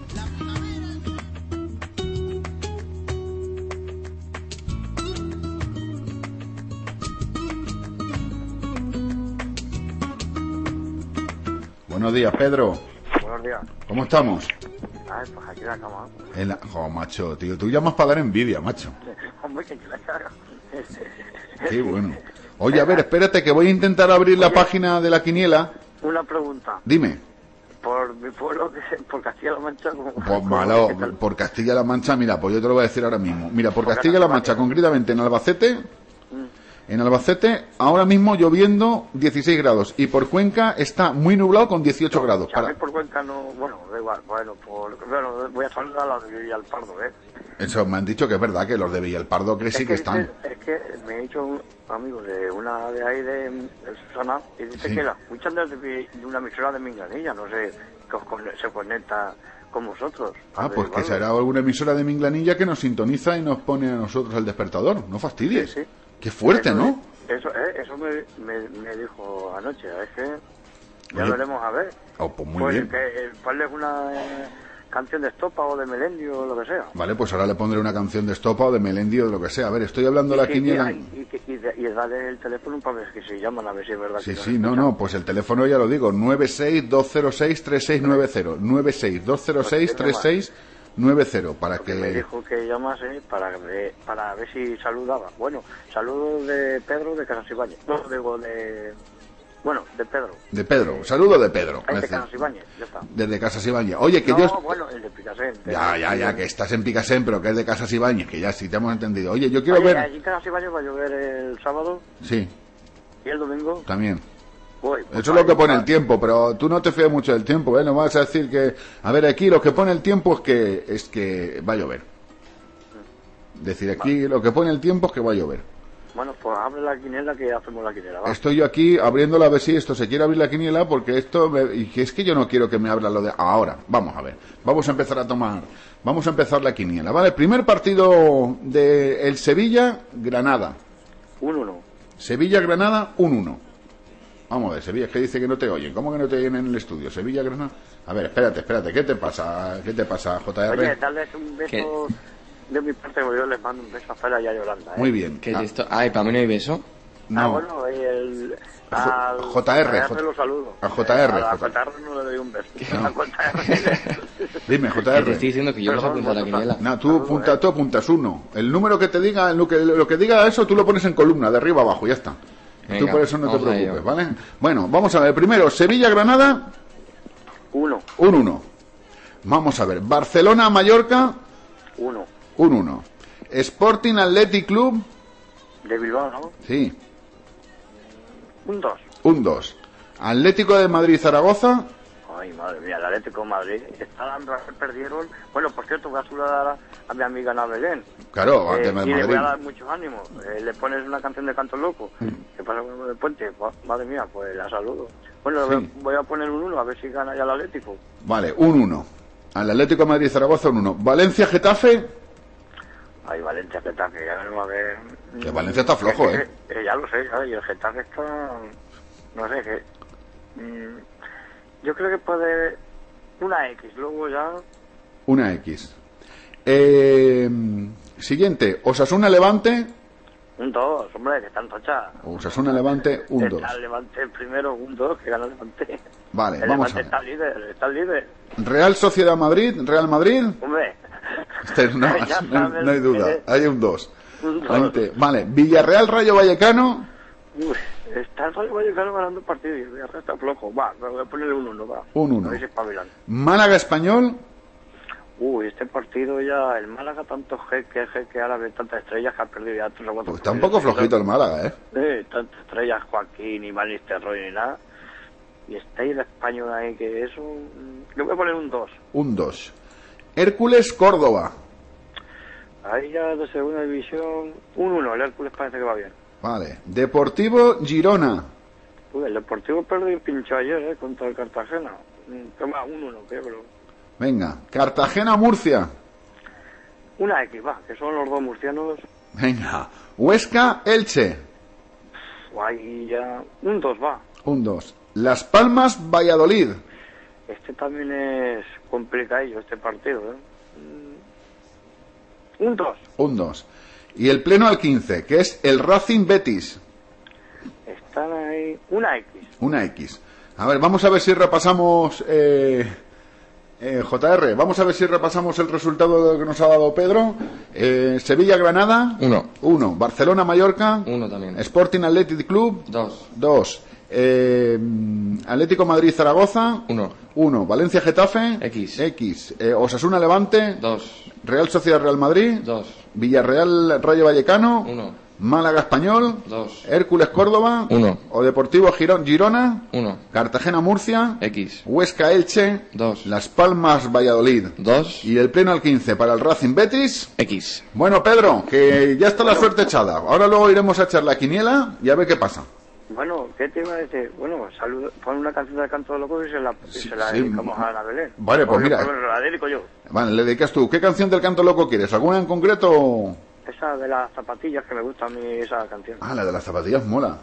Buenos días, Pedro. Buenos días. ¿Cómo estamos? Ay, pues aquí la cama. Macho, tío, tú llamas para dar envidia, macho. Hombre, que la caga. Qué bueno. Oye, a ver, espérate, que voy a intentar abrir la página de la quiniela. Una pregunta. Dime. Por mi pueblo, por Castilla-La Mancha... Pues malo, por Castilla-La Mancha, mira, pues yo te lo voy a decir ahora mismo. Mira, por Castilla-La Mancha, concretamente en Albacete... En Albacete, ahora mismo lloviendo 16 grados. Y por Cuenca está muy nublado con 18 grados. Por Cuenca no... Bueno, da igual. Bueno, voy a saludar a los de Villalpardo, ¿eh? Eso, me han dicho que es verdad, que los de Villalpardo sí que están. Es que me he dicho un amigo de una de ahí de Susana, y dice que la escuchan desde una emisora de Minglanilla, no sé, que se conecta con vosotros. Pues que será alguna emisora de Minglanilla que nos sintoniza y nos pone a nosotros el despertador. No fastidies. Sí. Qué fuerte, ¿no? Eso me dijo anoche, es que ya lo veremos a ver. Pues muy bien. Ponle una canción de Estopa o de Melendio o lo que sea. Vale, pues ahora le pondré una canción de Estopa o de Melendio o de lo que sea. A ver, estoy hablando de la quiniela. Y dale el teléfono para ver que se llaman, a ver si es verdad. Sí, no, pues el teléfono ya lo digo, 962063690, 962063690. 90 para que me dijo que llamase para ver si saludaba. Bueno, saludos de Pedro de Casas Ibáñez. No, digo de Pedro. Saludo de Pedro. De Casas Ibáñez, ya está. Desde Casas Ibáñez. Oye, que bueno, el de Picasen. Ya, que estás en Picasen, pero que es de Casas Ibáñez, que ya sí te hemos entendido. Oye, yo quiero ver... Allí en Casas Ibáñez va a llover el sábado. Sí. ¿Y el domingo? También. Voy. Eso es lo que pone el tiempo, pero tú no te fías mucho del tiempo, ¿eh? No vas a decir que... A ver, aquí lo que pone el tiempo es que va a llover. Decir, aquí lo que pone el tiempo es que va a llover. Bueno, pues abre la quiniela que hacemos la quiniela, ¿va? Estoy yo aquí abriéndola a ver si esto se quiere abrir la quiniela, porque y que es que yo no quiero que me abra lo de... Ahora, vamos a ver. Vamos a empezar la quiniela, ¿vale? Primer partido de el Sevilla-Granada. 1-1. Sevilla-Granada, 1-1. Vamos a ver, Sevilla, es que dice que no te oyen. ¿Cómo que no te oyen en el estudio? Sevilla-Granada. A ver, espérate. ¿Qué te pasa, JR? Oye, darles un beso de mi parte, porque yo les mando un beso a Fela y a Yolanda, ¿eh? Muy bien. ¿Qué es esto? Ay, ¿para mí no hay beso? No. Bueno, JR. Lo saludo. A JR. A JR no le doy un beso. No. A JR. Dime, Que te JR. estoy diciendo que yo no sé apuntar la quiniela. No, tú apuntas uno. El número que te diga, lo que diga eso, tú lo pones en columna, de arriba abajo, ya está. Venga, tú por eso no te preocupes, ello. ¿vale? Bueno, vamos a ver. Primero, Sevilla-Granada. 1-1. Vamos a ver. Barcelona-Mallorca. 1-1. Sporting Athletic Club. De Bilbao, ¿no? Sí. 1-2. 1-2. Atlético de Madrid-Zaragoza. Ay, madre mía, el Atlético de Madrid está dando, perdieron. Bueno, por cierto, voy a saludar a mi amiga Ana Belén. Claro, y Madrid. le voy a dar muchos ánimos. Le pones una canción de Canto Loco. ¿Qué pasa con el puente? Madre mía, pues la saludo. Bueno, Sí. voy a poner un 1 a ver si gana ya el Atlético. Vale, 1-1. Al Atlético de Madrid-Zaragoza, 1-1. Valencia-Getafe. Ay, Valencia, Getafe, ya veremos a ver. Que Valencia está flojo, ¿eh? Ya lo sé, ¿sabes? Y el Getafe está... No sé, que... yo creo que puede... Una X, luego ya... Una X. Siguiente, Osasuna-Levante. 1-2, hombre, que están tochadas. Osasuna-Levante, 1-2. Está el Levante el primero, 1-2, que gana el Levante. Vale, El vamos a Levante ver. está el líder. Real Sociedad Madrid, Real Madrid. Hombre. No hay duda, hay un 2. Un 2. Vale, Villarreal Rayo Vallecano. Uy, está el Rayo Vallecano ganando partidos y el Villarreal está flojo. Va, voy a ponerle 1-1, va. 1-1. A ver si espabilan. Málaga Español. Uy, este partido ya, el Málaga, tantos jeques árabes, tantas estrellas que ha perdido ya 3 o 4. Pues está un poco flojito el Málaga, ¿eh? Tantas estrellas, Joaquín, Iván Nistelrooy ni nada. Y está ahí el español ahí, que eso... Le voy a poner un 2. Un 2. Hércules Córdoba. Ahí ya de segunda división, 1-1. El Hércules parece que va bien. Vale. Deportivo Girona. Uy, el Deportivo perdió y pinchó ayer, contra el Cartagena. Toma, 1-1, creo. Venga. Cartagena Murcia. Una X, va, que son los dos murcianos. Venga. Huesca Elche. Ahí ya... Un 2, va. Un 2. Las Palmas Valladolid. Este también es complicadillo, este partido, ¿eh? Un 2. Un 2. Y el pleno al 15, que es el Racing Betis. Están ahí... Una X. Una X. A ver, vamos a ver si repasamos... JR, vamos a ver si repasamos el resultado que nos ha dado Pedro. Sevilla-Granada. 1. Barcelona-Mallorca. 1 también. Sporting Athletic Club. 2. Atlético Madrid-Zaragoza. 1. Valencia-Getafe. X. Osasuna-Levante. 2. Real Sociedad-Real Madrid. 2. Villarreal-Rayo Vallecano. 1. Málaga-Español. 2. Hércules-Córdoba. 1. O Deportivo Girona. 1. Cartagena-Murcia. X. Huesca-Elche. 2. Las Palmas-Valladolid. 2. Y el pleno al 15 para el Racing Betis. X. Bueno, Pedro, que ya está la suerte echada. Ahora luego iremos a echar la quiniela y a ver qué pasa. Bueno, ¿qué te iba a decir? Bueno, pon una canción de Canto Loco y se la dedicamos a Ana Belén. Vale, pues mira. La dedico yo. Vale, le dedicas tú. ¿Qué canción del Canto Loco quieres? ¿Alguna en concreto? Esa de las zapatillas, que me gusta a mí esa canción. Ah, la de las zapatillas mola.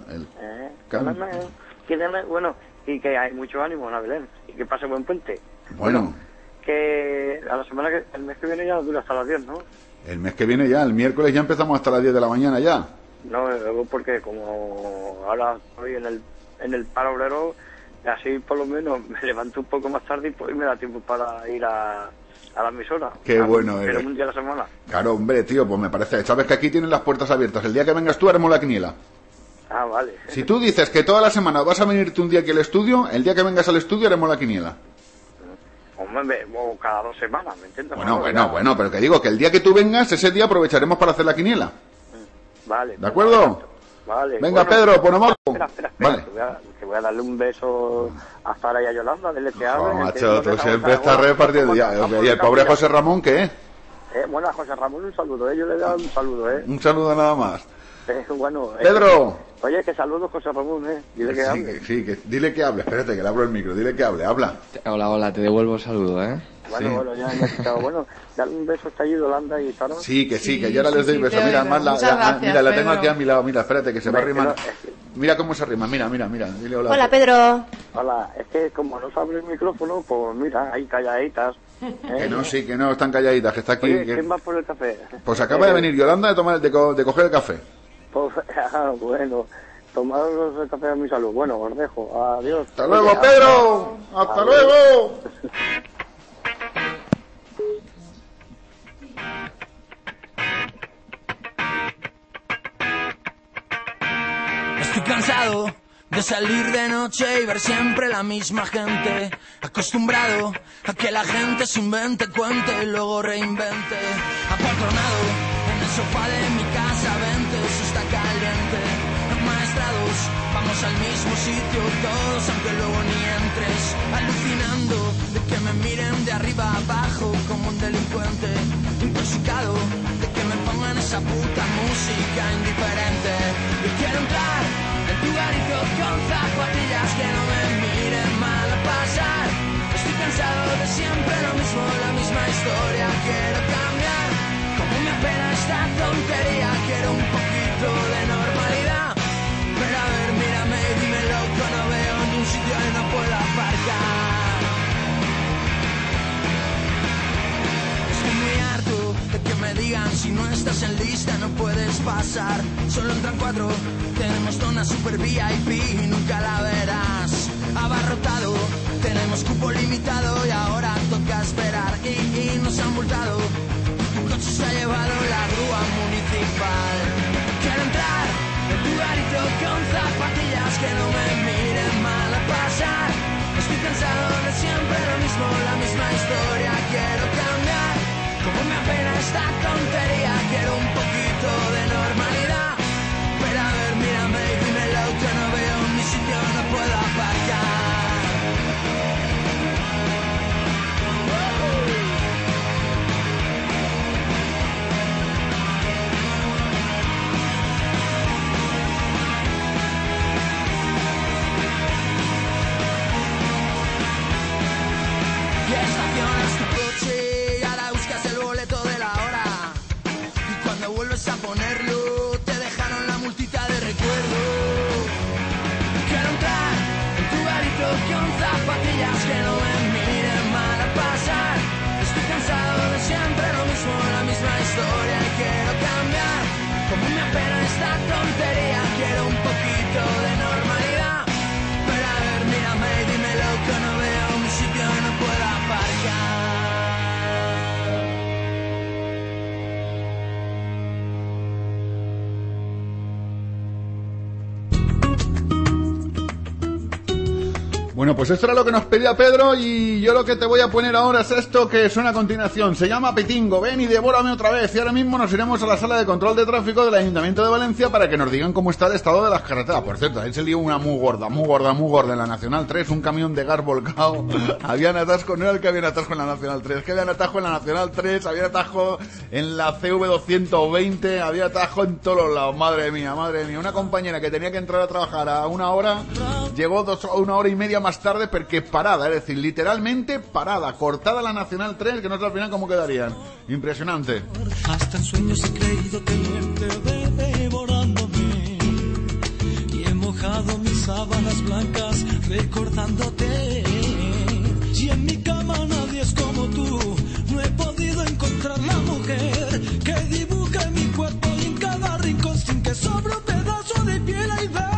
Bueno, y que hay mucho ánimo, Ana Belén. Y que pase buen puente. Bueno. Que a la semana que... El mes que viene ya dura hasta las 10, ¿no? El mes que viene ya, el miércoles ya empezamos hasta las 10 de la mañana ya. No, porque como ahora estoy en el paro obrero, así por lo menos me levanto un poco más tarde y pues me da tiempo para ir a la emisora. Qué bueno eres. eres. Un día a la semana. Claro, hombre, tío, pues me parece. Sabes que aquí tienen las puertas abiertas. El día que vengas tú haremos la quiniela. Ah, vale. Si tú dices que toda la semana vas a venirte un día aquí al estudio, el día que vengas al estudio haremos la quiniela. Hombre, o cada 2 semanas, ¿me entiendes? Bueno, pero que digo que el día que tú vengas, ese día aprovecharemos para hacer la quiniela. Vale. ¿De acuerdo? Vale. Venga, bueno, Pedro, pues nos vamos. Espera. Vale. Que voy a darle un beso a Sara y a Yolanda, dile que hable. Macho, tú siempre estás repartiendo. ¿Y el pobre José Ramón qué? Bueno, a José Ramón un saludo, yo le he dado un saludo, Un saludo nada más. Bueno, Pedro. Oye, que saludos José Ramón, dile que hable. Sí, dile que hable, espérate, que le abro el micro, dile que hable, habla. Hola, te devuelvo el saludo, Bueno, ya me he quitado. Bueno, dale un beso hasta allí, Yolanda y Sara. Sí, que yo ahora les doy beso. Mira, además la tengo aquí a mi lado, mira, espérate, que se va a arrimar. Mira cómo se arrima, mira, dile hola. Hola, Pedro. Hola, es que como no se abre el micrófono, pues mira, ahí calladitas. Que no, están calladitas, que está aquí. Oye, ¿quién va por el café? Pues acaba de venir Yolanda de coger el café. Pues, bueno, tomaros el café a mi salud. Bueno, os dejo, adiós. ¡Hasta luego, Pedro! ¡Hasta luego! Estoy cansado de salir de noche y ver siempre la misma gente, acostumbrado a que la gente se invente, cuente y luego reinvente. Apatronado en el sofá de mi casa, vente, eso está caliente. Amaestrados, vamos al mismo sitio todos, aunque luego ni entres. Alucinando de que me miren de arriba a abajo como un delincuente. Intoxicado de que me pongan esa puta música indiferente. Yo quiero entrar en tu garito con zapatillas que no me miren mal a pasar. Estoy cansado de siempre lo mismo, la misma historia. Quiero cambiar, como me apena esta tontería. Quiero un poquito de normalidad. Pero a ver, mírame, dime loco, no veo ni un sitio y no puedo aparcar. Estoy muy harto de que me digan si no estás en lista no puedes pasar. Solo entran 4, tenemos zona super VIP y nunca la verás. Abarrotado, tenemos cupo limitado y ahora toca esperar. Y nos han multado, tu coche se ha llevado la grúa municipal. Quiero entrar en tu garito con zapatillas que no me miren mal a pasar. Estoy cansado de siempre lo mismo, la misma historia. Quiero cambiar, como me apena esta tontería. Quiero un poquito de normalidad. Pero a ver, mírame y dímelo que no veo mi sitio, no puedo aparcar. Y estacionas tu coche y ahora buscas el boleto de la hora. Y cuando vuelves a ponerlo, te dejaron la multita de recuerdo. Quiero entrar en tu garito con zapatillas que no me miren mal a pasar. Estoy cansado de siempre lo mismo, la misma historia. Y quiero cambiar, como me apena esta tontería. Quiero un poquito de normalidad. Pero a ver, mírame y dímelo que no veo mi sitio, no puedo aparcar. Bueno, pues esto era lo que nos pedía Pedro y yo lo que te voy a poner ahora es esto que suena a continuación. Se llama Pitingo, ven y devórame otra vez. Y ahora mismo nos iremos a la sala de control de tráfico del Ayuntamiento de Valencia para que nos digan cómo está el estado de las carreteras. Por cierto, ahí se lió una muy gorda en la Nacional 3, un camión de gas volcado. Habían atasco, no era el que había atasco en la Nacional 3, que habían atajo en la Nacional 3, había atajo en la CV220, había atajo en todos los lados. Madre mía. Una compañera que tenía que entrar a trabajar a 1 hora, llegó 1 hora y media más tarde porque parada, es decir, literalmente parada, cortada la Nacional 3, que no sé al final cómo quedarían. Impresionante. Hasta en sueños he creído tenerte devorándome y he mojado mis sábanas blancas recordándote. Y en mi cama nadie es como tú, no he podido encontrar la mujer que dibuja en mi cuerpo y en cada rincón sin que sobre un pedazo de piel hay ver.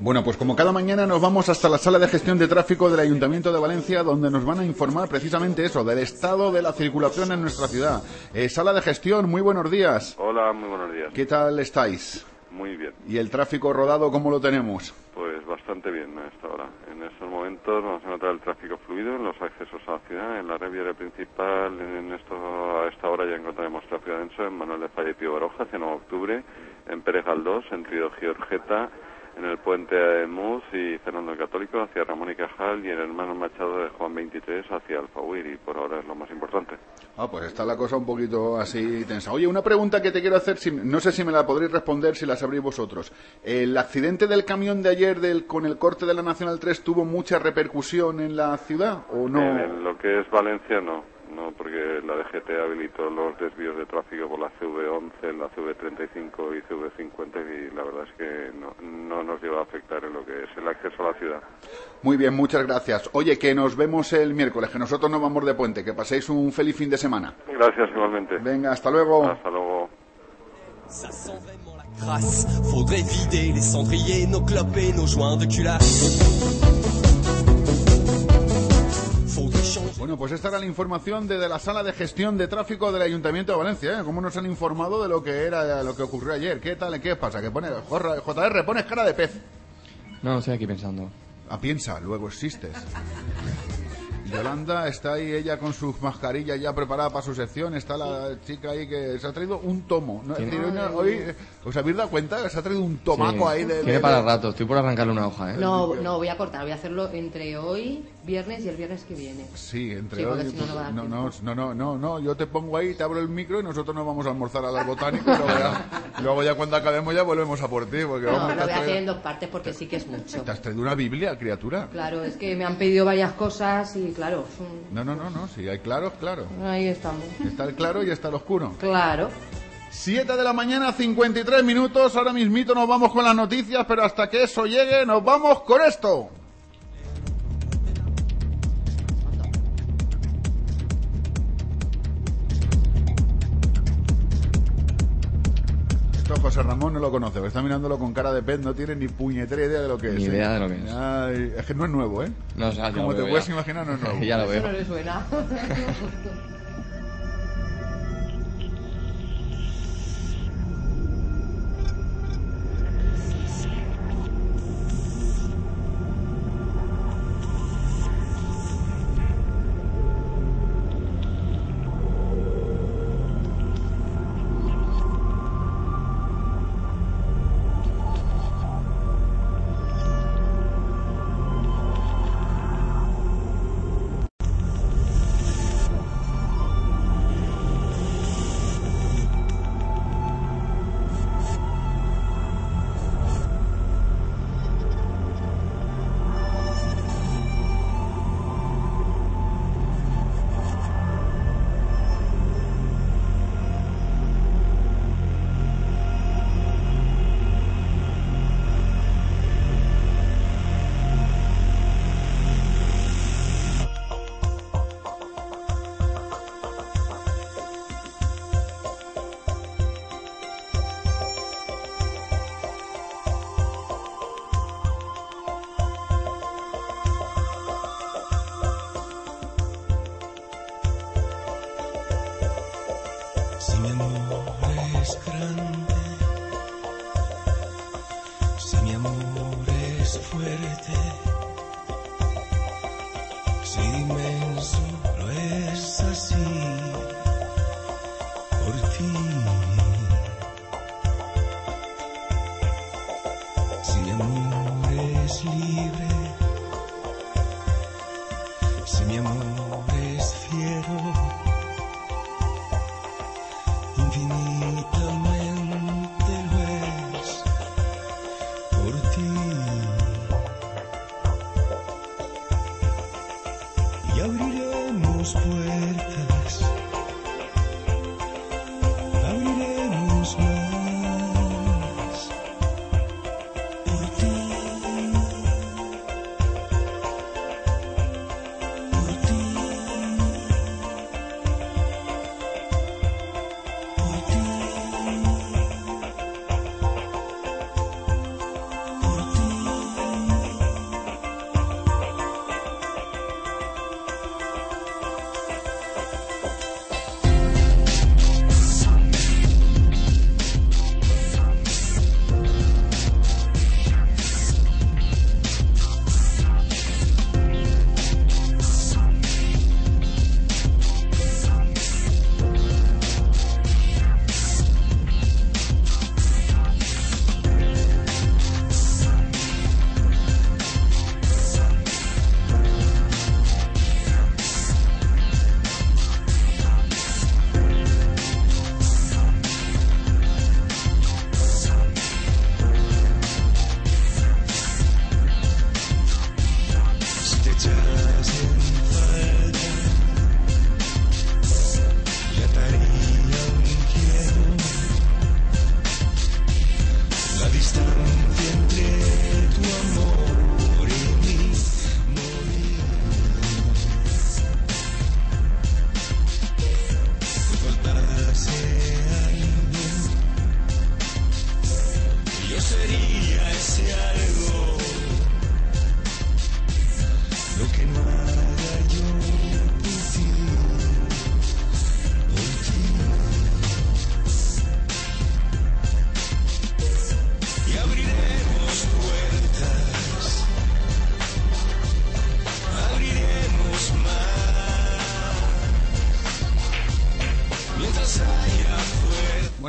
Bueno, pues como cada mañana nos vamos hasta la sala de gestión de tráfico del Ayuntamiento de Valencia, donde nos van a informar precisamente eso, del estado de la circulación en nuestra ciudad. Sala de gestión, muy buenos días. Hola, muy buenos días. ¿Qué tal estáis? Muy bien. ¿Y el tráfico rodado cómo lo tenemos? Pues bastante bien a esta hora. En estos momentos vamos a notar el tráfico fluido en los accesos a la ciudad. En la red viaria principal, a esta hora ya encontraremos tráfico denso en Manuel de Falla y Pío Baroja hacia 9 de octubre, en Pérez Galdós, sentido Giorgeta, en el puente de Muz y Fernando el Católico hacia Ramón y Cajal, y en el Hermano Machado de Juan 23 hacia Alfauir, y por ahora es lo más importante. Pues está la cosa un poquito así tensa. Oye, una pregunta que te quiero hacer, no sé si me la podréis responder, si la sabréis vosotros. ¿El accidente del camión de ayer con el corte de la Nacional 3 tuvo mucha repercusión en la ciudad o no? En lo que es Valencia no, porque la DGT habilitó los desvíos de tráfico por la CV11, la CV35 y CV50, y la verdad es que no nos lleva a afectar en lo que es el acceso a la ciudad. Muy bien, muchas gracias. Oye, que nos vemos el miércoles, que nosotros nos vamos de puente, que paséis un feliz fin de semana. Gracias, igualmente. Venga, hasta luego. Hasta luego. Faudrait vider les cendriers, nos clopes et nos joints de culasse. Bueno, pues esta era la información de la sala de gestión de tráfico del Ayuntamiento de Valencia, ¿eh? Cómo nos han informado de lo que ocurrió ayer. ¿Qué tal? ¿Qué pasa? Que pone JR, pones cara de pez. No, estoy aquí pensando. Piensa, luego existes. Yolanda está ahí, ella con sus mascarillas ya preparada para su sección. Está la chica ahí que se ha traído un tomo, ¿no? Hoy, ¿os habéis dado cuenta? Se ha traído un tomaco ahí de... Tiene para rato, estoy por arrancarle una hoja, ¿eh? No, voy a cortar, voy a hacerlo entre hoy, viernes y el viernes que viene. Sí, entre hoy... Si no, yo te pongo ahí, te abro el micro y nosotros nos vamos a almorzar a las botánicas y luego ya cuando acabemos ya volvemos a por ti. Porque lo voy a hacer en 2 partes porque sí que es mucho. ¿Te has traído una Biblia, criatura? Claro, es que me han pedido varias cosas y claro... No, si hay claro, claro. Ahí estamos. Está el claro y está el oscuro. Claro. 7 de la mañana, 53 minutos. Ahora mismito nos vamos con las noticias, pero hasta que eso llegue, nos vamos con esto. Esto José Ramón no lo conoce, porque está mirándolo con cara de pez, no tiene ni puñetera idea de lo que es. Ni idea de lo que es. Ay, es que no es nuevo, ¿eh? No, o sea, como te puedes imaginar, no es nuevo. Ya lo veo. Eso no le suena.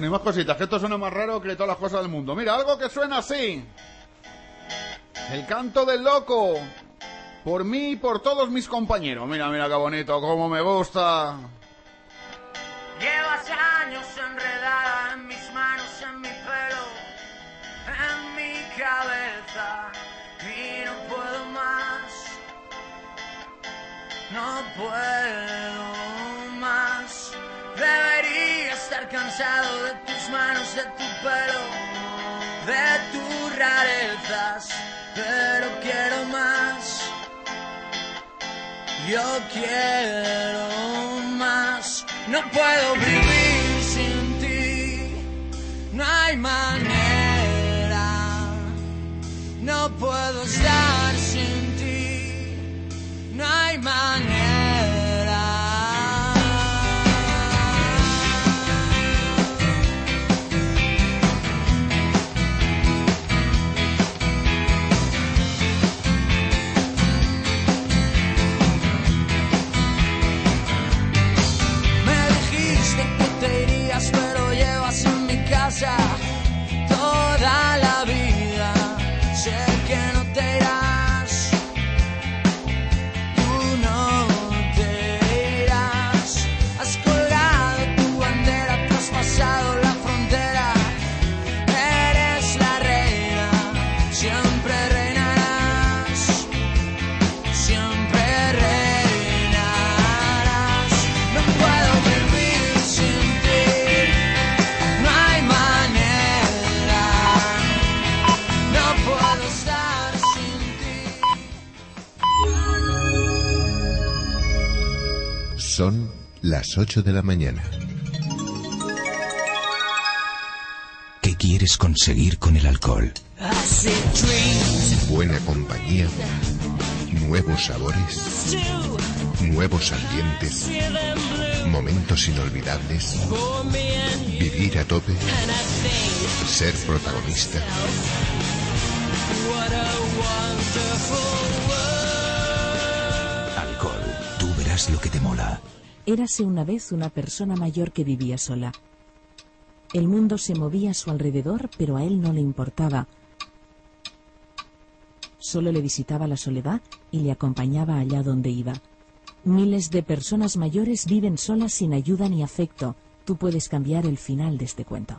Ponemos cositas, que esto suena más raro que todas las cosas del mundo. Mira, algo que suena así. El canto del loco. Por mí y por todos mis compañeros. Mira, mira qué bonito, cómo me gusta. Llevas años enredada en mis manos, en mi pelo, en mi cabeza, y no puedo más, no puedo más. Debería estar cansado de tus manos, de tu pelo, de tus rarezas, pero quiero más. Yo quiero más. No puedo vivir sin ti, no hay manera. No puedo estar sin ti, no hay manera. Pero llevas en mi casa toda la vida. Sé que no te irás, tú no te irás. Has colgado tu bandera, traspasado la frontera. Eres la reina, siempre reinarás, siempre reinarás. No puedo vivir sin Son las 8 de la mañana. ¿Qué quieres conseguir con el alcohol? Buena compañía, nuevos sabores, nuevos ambientes, momentos inolvidables, vivir a tope, ser protagonista. Alcohol, tú verás lo que te mola. Érase una vez una persona mayor que vivía sola. El mundo se movía a su alrededor, pero a él no le importaba. Solo le visitaba la soledad y le acompañaba allá donde iba. Miles de personas mayores viven solas sin ayuda ni afecto. Tú puedes cambiar el final de este cuento.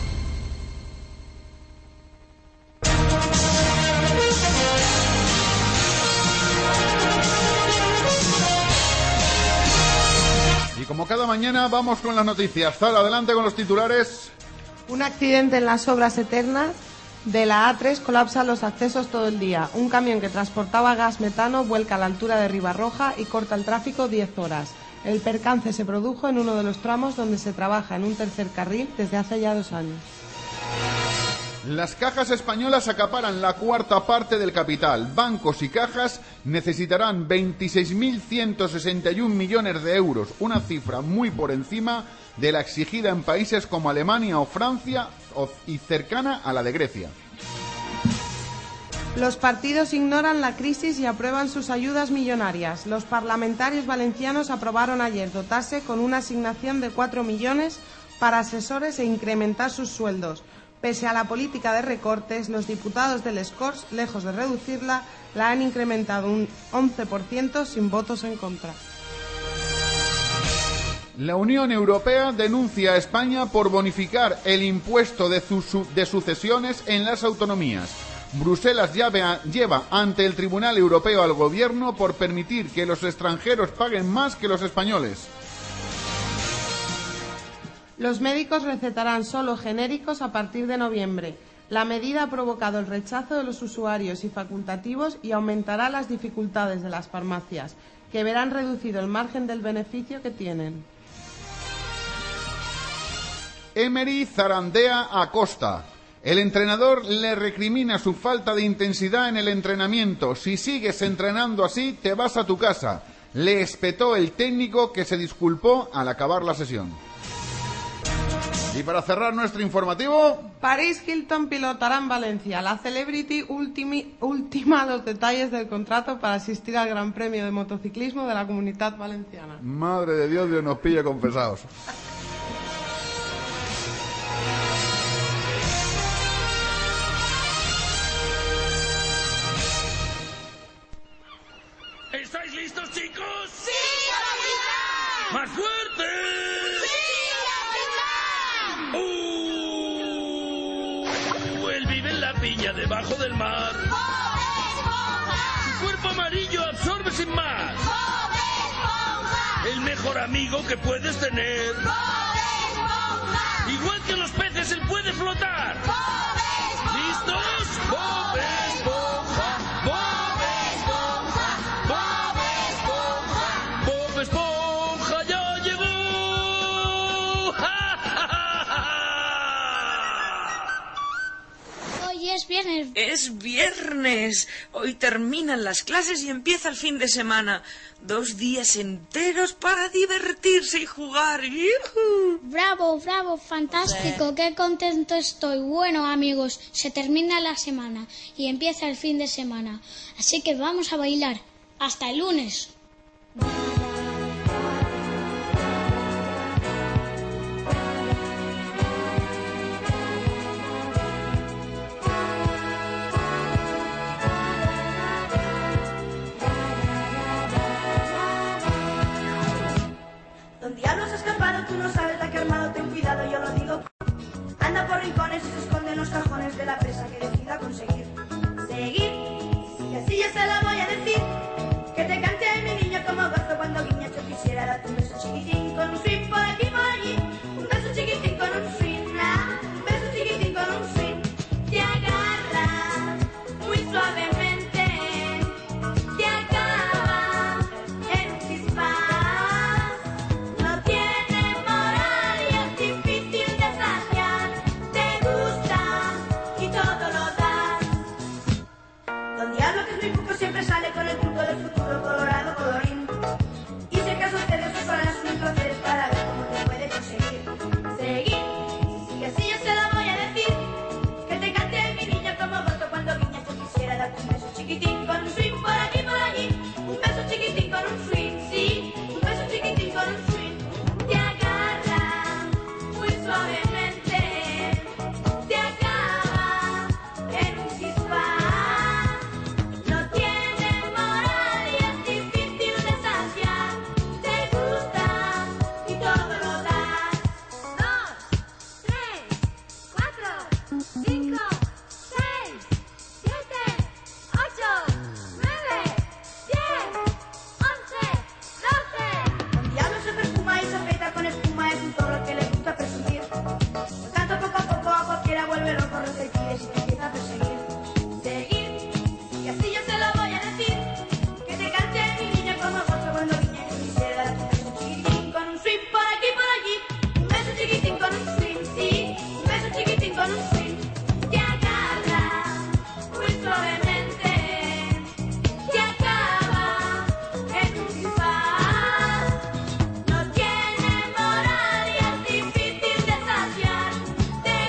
Y como cada mañana vamos con las noticias. Zara, adelante con los titulares. Un accidente en las obras eternas de la A3 colapsa los accesos todo el día. Un camión que transportaba gas metano vuelca a la altura de Ribarroja y corta el tráfico 10 horas. El percance se produjo en uno de los tramos donde se trabaja en un tercer carril desde hace ya 2 años. Las cajas españolas acaparan la cuarta parte del capital. Bancos y cajas necesitarán 26.161 millones de euros, una cifra muy por encima de la exigida en países como Alemania o Francia y cercana a la de Grecia. Los partidos ignoran la crisis y aprueban sus ayudas millonarias. Los parlamentarios valencianos aprobaron ayer dotarse con una asignación de 4 millones para asesores e incrementar sus sueldos. Pese a la política de recortes, los diputados del Corts, lejos de reducirla, la han incrementado un 11% sin votos en contra. La Unión Europea denuncia a España por bonificar el impuesto de sucesiones en las autonomías. Bruselas lleva ante el Tribunal Europeo al Gobierno por permitir que los extranjeros paguen más que los españoles. Los médicos recetarán solo genéricos a partir de noviembre. La medida ha provocado el rechazo de los usuarios y facultativos y aumentará las dificultades de las farmacias, que verán reducido el margen del beneficio que tienen. Emery zarandea a Costa. El entrenador le recrimina su falta de intensidad en el entrenamiento. Si sigues entrenando así, te vas a tu casa. Le espetó el técnico, que se disculpó al acabar la sesión. Y para cerrar nuestro informativo, Paris Hilton pilotará en Valencia. La Celebrity ultima los detalles del contrato para asistir al Gran Premio de Motociclismo de la Comunidad Valenciana. Madre de Dios, Dios nos pille confesados. Él vive en la piña debajo del mar. Su cuerpo amarillo absorbe sin más. El mejor amigo que puedes tener. Igual que los peces, él puede flotar. ¿Listos? Bob Esponja, Bob Esponja, Bob Esponja. Bob Esponja ya llegó. Hoy es viernes. Es viernes. Hoy terminan las clases y empieza el fin de semana. 2 días enteros para divertirse y jugar. ¡Yujú! Bravo, bravo, fantástico, qué contento estoy. Bueno, amigos, se termina la semana y empieza el fin de semana. Así que vamos a bailar. Hasta el lunes. Don Diablo se ha escapado, tú no sabes la que ha armado, ten cuidado, yo lo digo. Anda por rincones y se esconde en los cajones de la presa que decida conseguir. Seguir, y así ya se la voy a decir. Que te cante a mi niño como gozo cuando guiña. Yo quisiera darte un beso chiquitín con un swing por aquí por allí. Un beso chiquitín con un swing, un beso chiquitín con un swing. Te agarra muy suavemente, te acaba en un chispás. No tiene moral y es difícil de saciar. Te gusta y todo lo das. Don Diablo, que es muy poco, siempre sale con el truco del futuro colorado colorín. Y si acaso te dejo para las microceres para ver cómo te puede conseguir. Seguir, y así yo se la voy a decir. Que te cante a mi niña como gozo cuando guiña. Yo quisiera darte un beso chiquitín con un swing por aquí por allí. Un beso chiquitín con un swing, sí. Un beso chiquitín con un swing. Te agarra muy suavemente, te acaba en un chispás. No tiene moral y es difícil de saciar. Te gusta y todo lo das. 2, 3, 4, 5, 6, 7, 8, 9, 10, 11, 12. Don Diablo se perfuma y se afeita con espuma, es un zorro que le gusta presumir. Por tanto, poco a poco a cualquiera vuelve loco, repetir y te empieza a perseguir. Seguir, y así yo se lo voy a decir. Que te cante mi niña como gozo cuando guiña. Yo quisiera darte un beso chiquitín con un swing por aquí por allí. Un beso chiquitín con un swing, sí. Un beso chiquitín con un swing. Te agarra muy suavemente, te acaba en un chispás. No tiene moral y es difícil de saciar. Te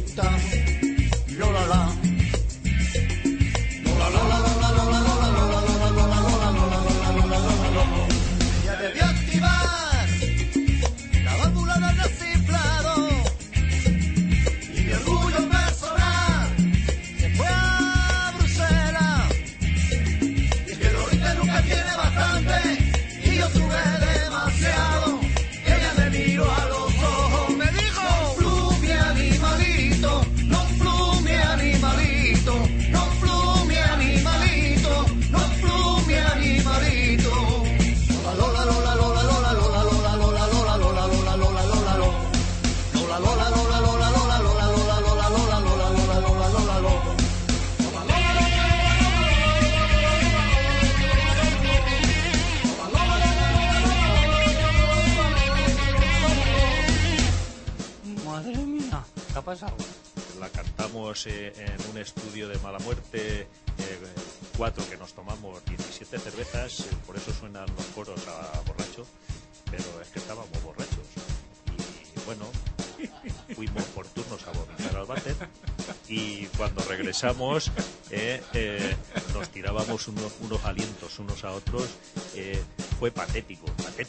estábamos en un estudio de mala muerte, 4 que nos tomamos 17 cervezas, por eso suenan los coros a borracho, pero es que estábamos borrachos. Y bueno, fuimos por turnos a vomitar al váter y cuando regresamos nos tirábamos unos alientos unos a otros. Fue patético.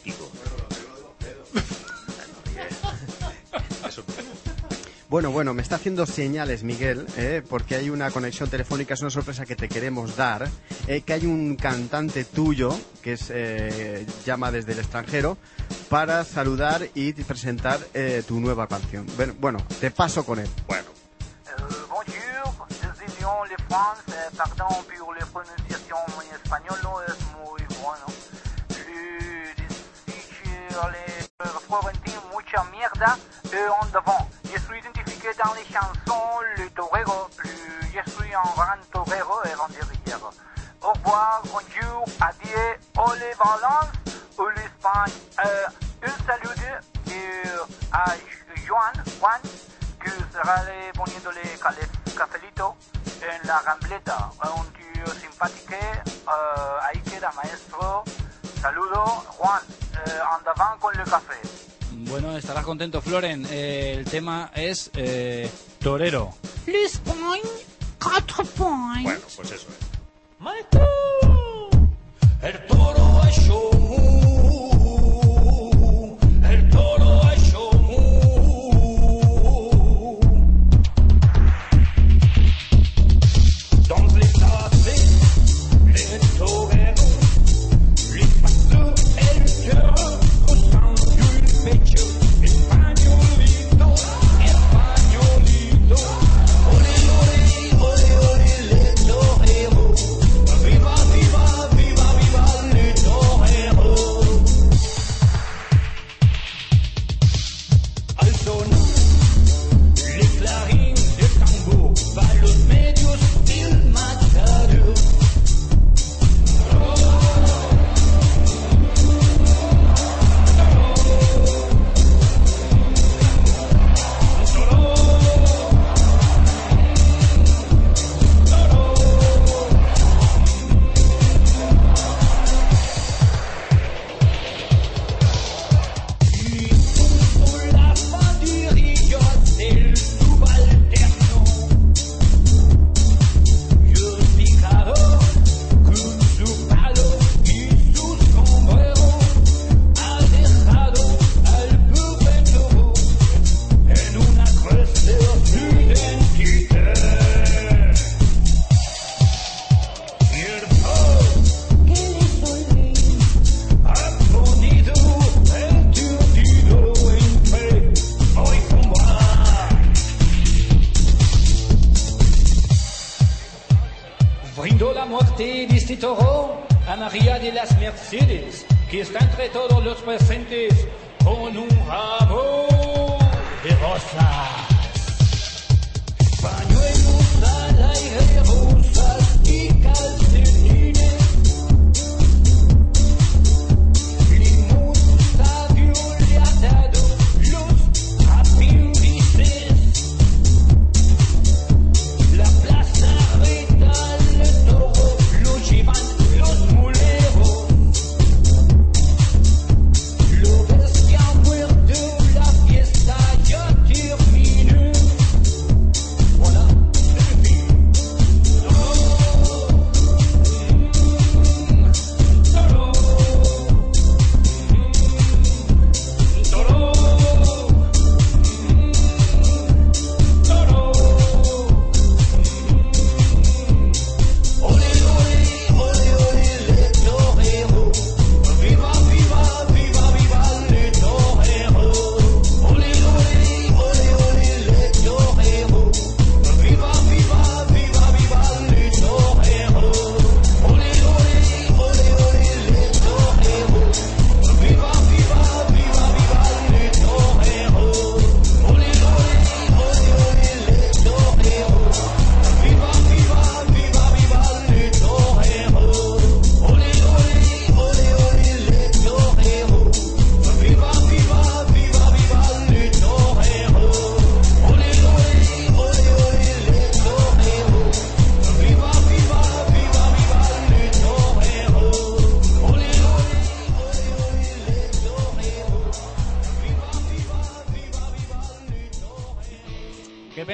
Eso. Bueno, me está haciendo señales Miguel, porque hay una conexión telefónica, es una sorpresa que te queremos dar, que hay un cantante tuyo que llama desde el extranjero para saludar y presentar tu nueva canción. Bueno, te paso con él. Bonjour, desde Lyon, les France, pardon por la pronunciación en español, no es muy bueno. Florentin, mucha mierda, en devant. Je suis identifié dans les chansons, le torero, je suis un grand torero et un derrière. Au revoir, bonjour, adieu, ole balance, ole Espagne. Un saludo a Juan, que estará poniéndole cafelito en la Rambleta. Un tío simpático, ahí queda maestro. Saludo, Juan, andaban con el café. Bueno, estarás contento, Floren. El tema es Torero. L'Espagne, 4 points. Bueno, pues eso es. El toro ha hecho mu. El toro ha hecho mu. Dans les cafés, les toreros, les pasteurs, el cœur au sein du pecho. Españolito, españolito. Ole, ole, ole, ole, le torero. Viva, viva, viva, viva, le torero. Al sonar les clarines de tango, va los medios del matador. La banderilla del subalterno. Yo picador con su palo y su sombrero ha dejado al pobre toro en una cruz de su identidad. Y el toro que le solé ha ponido entendido entre hoy con moi. Brindo la muerte de este toro a María de las Mercedes, que está entre todos los presentes con un ramo de rosas. Pañuelos al aire, rosas y calcetines. Limón violetado, los apéndices. La plaza retal, el toro lo llevan los muleros. Lo ves que ha muerto, la fiesta ya terminó. Voilà, el fin.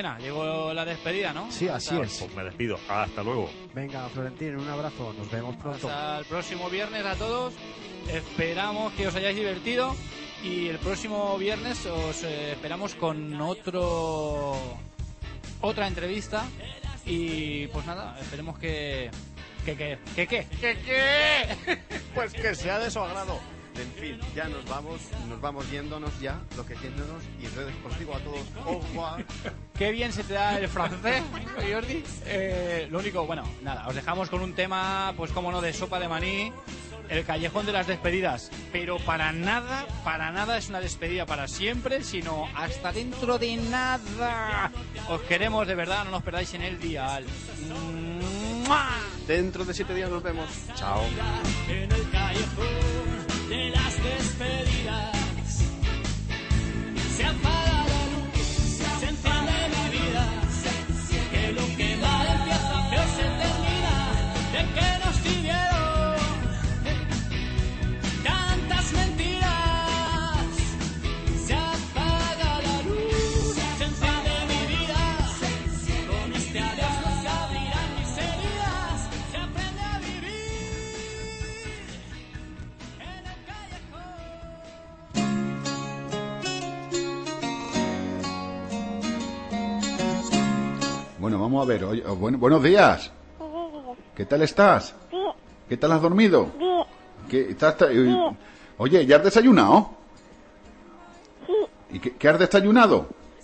Elena, llegó la despedida, ¿no? Sí, así es. Pues me despido. Hasta luego. Venga, Florentín, un abrazo. Nos vemos pronto. Hasta el próximo viernes a todos. Esperamos que os hayáis divertido. Y el próximo viernes os esperamos con otra entrevista. Y pues nada, esperemos que Pues que sea de su agrado. En fin, ya nos vamos yéndonos ya, enloqueciéndonos, y entonces os digo a todos, au revoir. Qué bien se te da el francés, Jordi. Lo único, bueno, nada, os dejamos con un tema, pues como no, de Sopa de Maní, el callejón de las despedidas. Pero para nada es una despedida para siempre, sino hasta dentro de nada. Os queremos de verdad, no nos perdáis en el dial. ¡Mua! Dentro de 7 días nos vemos. Chao. En el callejón de las despedidas se apaga la luz, se enciende mi vida, que lo que mal empieza peor se termina. De que nos sirvieron tantas mentiras, se apaga la luz, se enciende mi vida, con este adiós no se abrirán mis heridas, se aprende a vivir. Bueno, vamos a ver. Oye, buenos días. ¿Qué tal estás? ¿Qué tal has dormido? Oye, ¿ya has desayunado? ¿Y qué has desayunado?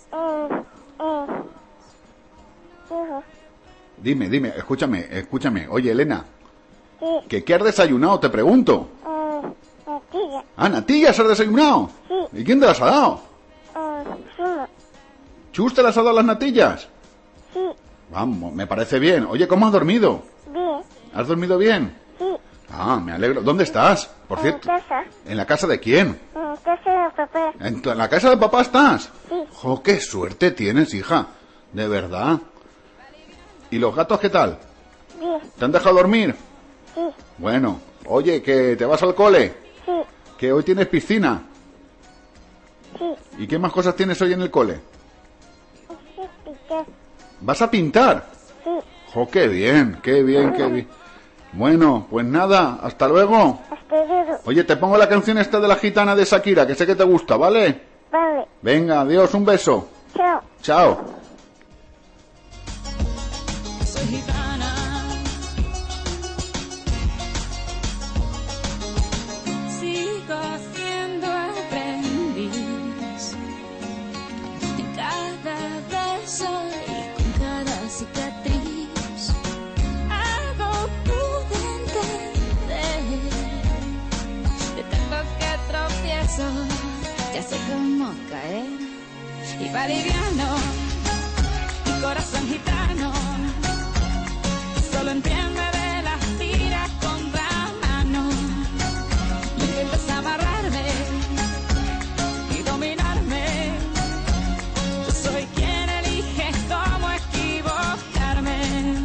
Dime, escúchame. Oye, Elena, ¿qué has desayunado? Te pregunto. ¿Natillas has desayunado? ¿Y quién te las ha dado? ¿Chus te las ha dado las natillas? Vamos, me parece bien. Oye, ¿cómo has dormido? Bien. ¿Has dormido bien? Sí. Me alegro. ¿Dónde estás? Por cierto. En casa. ¿En la casa de quién? En casa de papá. ¿En la casa de papá estás? Sí. ¡Jo, qué suerte tienes, hija! De verdad. ¿Y los gatos qué tal? Bien. ¿Te han dejado dormir? Sí. Bueno. Oye, ¿que te vas al cole? Sí. ¿Que hoy tienes piscina? Sí. ¿Y qué más cosas tienes hoy en el cole? Picar. ¿Vas a pintar? Sí. ¡Jo, qué bien! Bueno, pues nada, hasta luego. Hasta luego. Oye, te pongo la canción esta de la gitana de Shakira, que sé que te gusta, ¿vale? Vale. Venga, adiós, un beso. Chao. Chao. Soy gitana, sigo siendo aprendiz. En cada beso y con cada cicatriz algo pude entender. De tanto que tropiezo ya sé cómo caer. Y va liviano mi corazón gitano, solo entiende de las tiras contra mano. Intentas amarrarme y dominarme. Yo soy quien elige cómo equivocarme.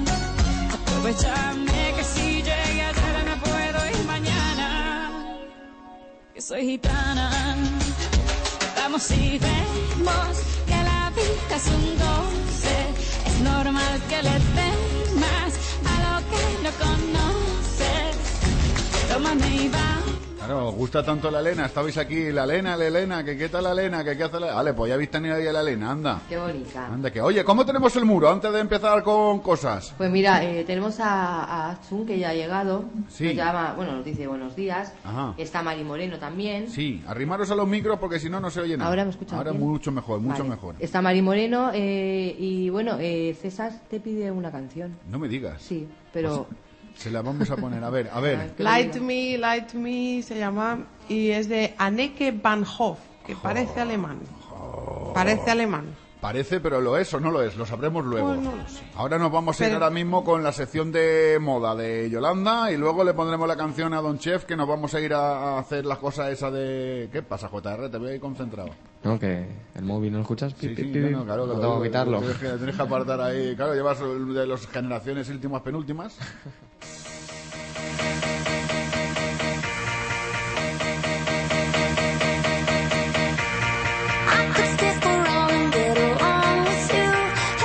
Aprovechame que si llegué ayer no puedo ir mañana. Que soy gitana. Vamos y vemos que la vida es un goce. Es normal que le temas a lo que no conoces. Tómame y va. Claro, os gusta tanto la Elena, estabais aquí, la Elena, que qué tal la Elena, que qué hace la... Vale, pues ya habéis tenido ahí a la Elena, anda. Qué bonita. Anda, que oye, ¿cómo tenemos el muro antes de empezar con cosas? Pues mira, tenemos a Chun, que ya ha llegado. Sí. Nos llama, nos dice buenos días. Ajá. Está Mari Moreno también. Sí, arrimaros a los micros porque si no, no se oye nada. Ahora me escuchan Ahora bien. mucho mejor, mucho Vale. mejor. Está Mari Moreno y bueno, César te pide una canción. No me digas. Sí, pero... Se la vamos a poner, a ver. Light Me se llama, y es de Anneke van Hoff, que parece alemán. Parece alemán. Parece, pero lo es o no lo es, lo sabremos luego. Pues no lo sé. Ahora nos vamos a ir Pero- ahora mismo con la sección de moda de Yolanda y luego le pondremos la canción a Don Chef, que nos vamos a ir a hacer las cosas esas de... ¿Qué pasa, JR? Te veo ahí concentrado. No, que el móvil no lo escuchas. Sí, Pi, sí, pi, pi. no, claro, No tengo que quitarlo. Tienes que apartar ahí. Claro, llevas de las generaciones últimas penúltimas. I could stay for all and get along with you.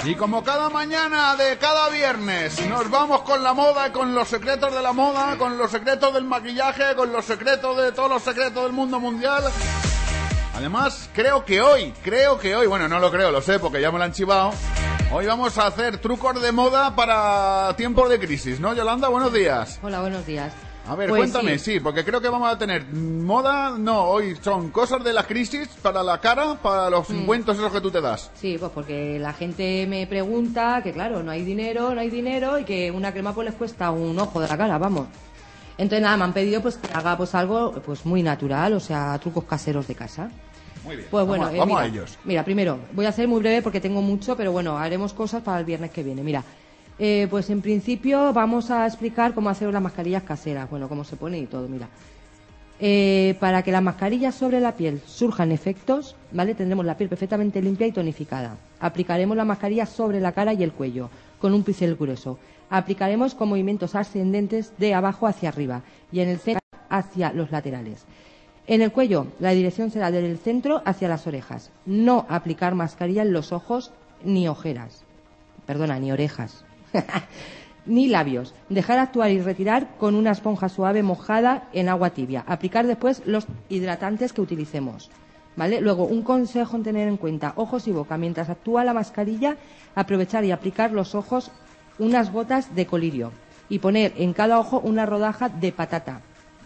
Y como cada mañana de cada viernes, nos vamos con la moda, con los secretos de la moda, con los secretos del maquillaje, con los secretos de todos los secretos del mundo mundial. Además, creo que hoy, bueno, no lo creo, lo sé porque ya me lo han chivado. Hoy vamos a hacer trucos de moda para tiempos de crisis, ¿no, Yolanda? Buenos días. Hola, buenos días. A ver, Pues cuéntame, sí, porque creo que vamos a tener moda, no, hoy son cosas de la crisis para la cara, para los ungüentos esos que tú te das. Sí, pues porque la gente me pregunta que claro, no hay dinero y que una crema pues les cuesta un ojo de la cara, vamos. Entonces nada, me han pedido pues que haga pues algo pues muy natural, o sea, trucos caseros de casa. Muy bien, pues bueno, vamos mira, a ellos. Mira, primero, voy a hacer muy breve porque tengo mucho, pero bueno, haremos cosas para el viernes que viene. Mira, pues en principio vamos a explicar cómo hacer las mascarillas caseras, bueno, cómo se pone y todo, mira. Para que las mascarillas sobre la piel surjan efectos, ¿vale? Tendremos la piel perfectamente limpia y tonificada. Aplicaremos la mascarilla sobre la cara y el cuello, con un pincel grueso. Aplicaremos con movimientos ascendentes de abajo hacia arriba y en el centro hacia los laterales. En el cuello, la dirección será desde el centro hacia las orejas. No aplicar mascarilla en los ojos ni ojeras. Perdona, ni orejas. Ni labios. Dejar actuar y retirar con una esponja suave mojada en agua tibia. Aplicar después los hidratantes que utilicemos. ¿Vale? Luego, un consejo en tener en cuenta. Ojos y boca. Mientras actúa la mascarilla, aprovechar y aplicar los ojos unas gotas de colirio. Y poner en cada ojo una rodaja de patata.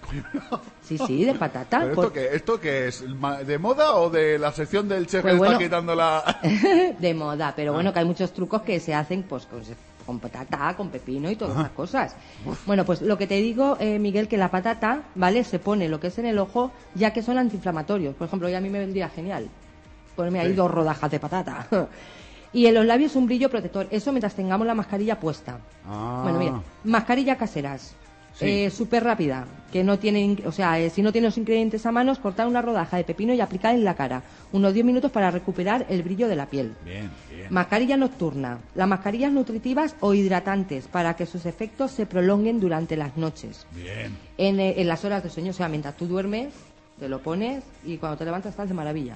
Sí, de patata. ¿Pero esto qué es? ¿De moda o de la sección del chef Pues que bueno, está quitando la...? De moda, pero bueno, que hay muchos trucos que se hacen pues con patata, con pepino y todas esas cosas. Bueno, pues lo que te digo, Miguel, que la patata, ¿vale? Se pone lo que es en el ojo, ya que son antiinflamatorios. Por ejemplo, hoy a mí me vendría genial ponerme ahí 2 rodajas de patata. Y en los labios un brillo protector. Eso mientras tengamos la mascarilla puesta. Bueno, mira, mascarilla caseras. Sí. Súper rápida, que no tienen, o sea, si no tienen los ingredientes a mano, cortar una rodaja de pepino y aplicar en la cara, unos 10 minutos para recuperar el brillo de la piel. Bien, bien. Mascarilla nocturna, las mascarillas nutritivas o hidratantes para que sus efectos se prolonguen durante las noches. Bien. En las horas de sueño, o sea, mientras tú duermes, te lo pones y cuando te levantas estás de maravilla.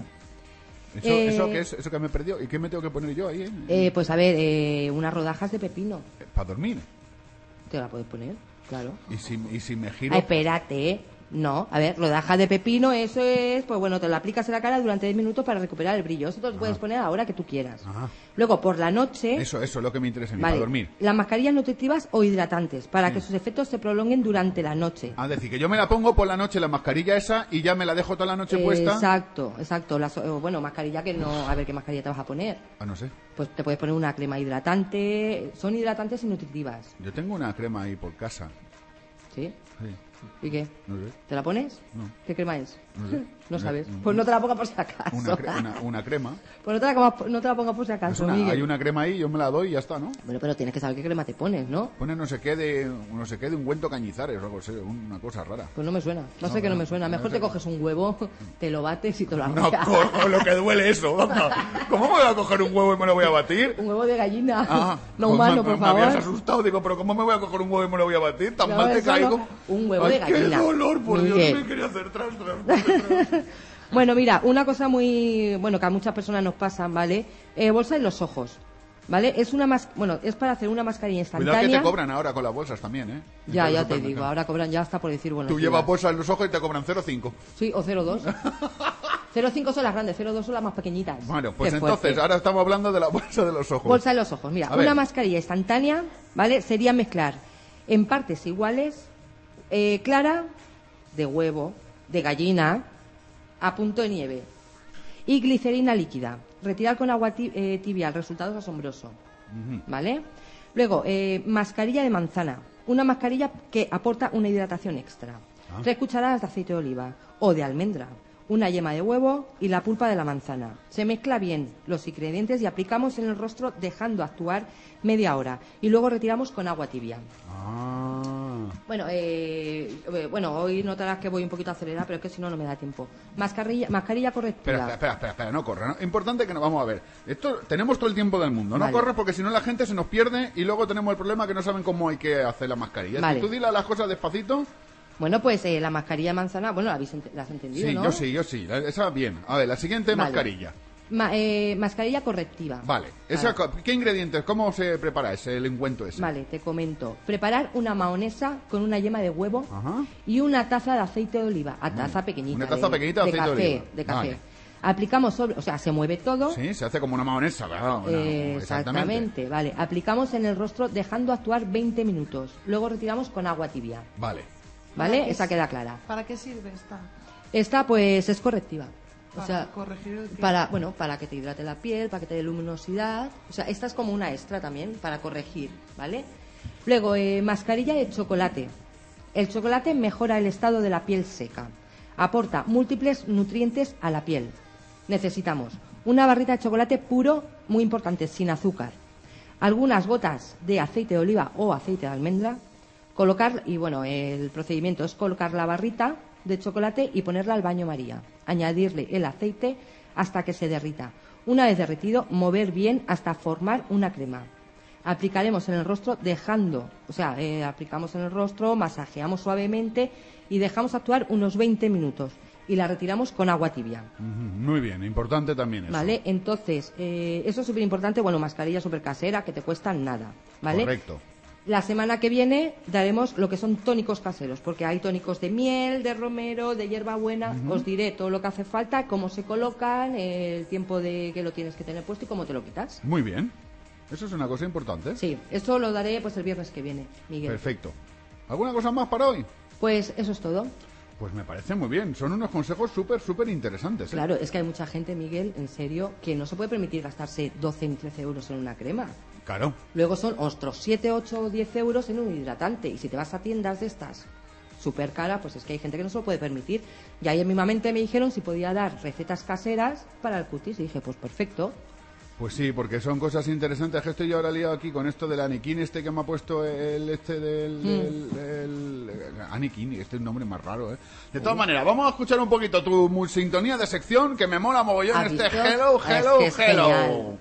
¿Eso qué es? ¿Eso que me perdió? ¿Y qué me tengo que poner yo ahí? Pues a ver, unas rodajas de pepino. ¿Para dormir? Te la puedes poner. Claro. ¿Y si me giro? Ay, espérate, no. A ver, rodaja de pepino, eso es, pues bueno, te lo aplicas en la cara durante 10 minutos para recuperar el brillo. Eso te lo puedes poner a la hora que tú quieras. Luego, por la noche... Eso es lo que me interesa a mí, vale, para dormir. Las mascarillas nutritivas o hidratantes, para que sus efectos se prolonguen durante la noche. Es decir, que yo me la pongo por la noche, la mascarilla esa, y ya me la dejo toda la noche puesta. Exacto. Bueno, mascarilla que no... A ver, ¿qué mascarilla te vas a poner? No sé. Pues te puedes poner una crema hidratante. Son hidratantes y nutritivas. Yo tengo una crema ahí por casa. ¿Sí? Sí. ¿Y qué? No sé. ¿Te la pones? No. ¿Qué crema es? No sé. No sabes. Pues no te la pongas por si acaso. Una crema. Pues no te la pongas por si acaso, Miguel. Hay una crema ahí, yo me la doy y ya está, ¿no? Bueno, pero tienes que saber qué crema te pones, ¿no? Pone no sé qué de ungüento Cañizares o algo así, una cosa rara. Pues no me suena. No sé que no me suena. Mejor te coges un huevo, te lo bates y te lo hagas. No, cojo lo que duele eso. ¿Cómo me voy a coger un huevo y me lo voy a batir? Un huevo de gallina. No pues humano, por favor. Me habías asustado. Digo, pero ¿cómo me voy a coger un huevo y me lo voy a batir? Tan mal te caigo. Un huevo de gallina. ¡Qué dolor! Por Dios, me quería hacer tras. Bueno, mira, una cosa muy... Bueno, que a muchas personas nos pasan, ¿vale? Bolsa en los ojos, ¿vale? Es para hacer una mascarilla instantánea. Cuidado que te cobran ahora con las bolsas también, ¿eh? Ya te digo, ahora cobran ya hasta por decir, bueno... Tú llevas bolsa en los ojos y te cobran 0,5. Sí, o 0,2. 0,5 son las grandes, 0,2 son las más pequeñitas. Bueno, pues entonces, ahora estamos hablando de la bolsa de los ojos. Bolsa en los ojos, mira, una mascarilla instantánea, ¿vale? Sería mezclar en partes iguales clara de huevo, de gallina, a punto de nieve y glicerina líquida. Retirar con agua tibia, el resultado es asombroso. ¿Vale? Luego, mascarilla de manzana. Una mascarilla que aporta una hidratación extra. 3 cucharadas de aceite de oliva o de almendra. Una yema de huevo y la pulpa de la manzana. Se mezcla bien los ingredientes y aplicamos en el rostro dejando actuar media hora. Y luego retiramos con agua tibia. Bueno, hoy notarás que voy un poquito acelerada, pero es que si no, no me da tiempo. Mascarilla correctiva. Espera, no corra, ¿no? Importante que nos vamos a ver. Esto tenemos todo el tiempo del mundo. No corras porque si no la gente se nos pierde y luego tenemos el problema que no saben cómo hay que hacer la mascarilla. Vale. Si tú dile las cosas despacito. Bueno, pues la mascarilla de manzana, bueno, la has entendido, sí, ¿no? Yo sí. Esa bien. A ver, la siguiente mascarilla. Mascarilla correctiva. Vale. ¿Qué ingredientes? ¿Cómo se prepara el ungüento ese? Vale, te comento. Preparar una mahonesa con una yema de huevo y una taza de aceite de oliva. Taza pequeñita. Una taza pequeñita de aceite de oliva. De café. Vale. Aplicamos se mueve todo. Sí, se hace como una mahonesa, claro. Exactamente, vale. Aplicamos en el rostro dejando actuar 20 minutos. Luego retiramos con agua tibia. Vale. ¿Vale? Esa queda clara. ¿Para qué sirve esta? Esta, pues, es correctiva. Para corregir el para que te hidrate la piel, para que te dé luminosidad. O sea, esta es como una extra también para corregir, ¿vale? Luego, mascarilla de chocolate. El chocolate mejora el estado de la piel seca. Aporta múltiples nutrientes a la piel. Necesitamos una barrita de chocolate puro, muy importante, sin azúcar. Algunas gotas de aceite de oliva o aceite de almendra. El procedimiento es colocar la barrita de chocolate y ponerla al baño María. Añadirle el aceite hasta que se derrita. Una vez derretido, mover bien hasta formar una crema. Aplicaremos en el rostro aplicamos en el rostro, masajeamos suavemente y dejamos actuar unos 20 minutos. Y la retiramos con agua tibia. Muy bien, importante también eso. Vale, entonces, eso es súper importante, mascarilla súper casera, que te cuestan nada, ¿vale? Correcto. La semana que viene daremos lo que son tónicos caseros, porque hay tónicos de miel, de romero, de hierbabuena. Os diré todo lo que hace falta, cómo se colocan, el tiempo de que lo tienes que tener puesto y cómo te lo quitas. Muy bien. Eso es una cosa importante. Sí, esto lo daré el viernes que viene, Miguel. Perfecto. ¿Alguna cosa más para hoy? Pues eso es todo. Pues me parece muy bien. Son unos consejos súper interesantes. Claro, es que hay mucha gente, Miguel, en serio, que no se puede permitir gastarse 12 ni 13 euros en una crema. Claro. Luego son otros 7, 8 o 10 euros en un hidratante. Y si te vas a tiendas de estas súper cara, pues es que hay gente que no se lo puede permitir. Y ahí mismamente me dijeron si podía dar recetas caseras para el cutis. Y dije, pues perfecto. Pues sí, porque son cosas interesantes. Que estoy yo ahora liado aquí con esto del Anakin que me ha puesto Anakin, este es un nombre más raro, ¿eh? De todas maneras, vamos a escuchar un poquito tu sintonía de sección, que me mola mogollón Hello. Genial.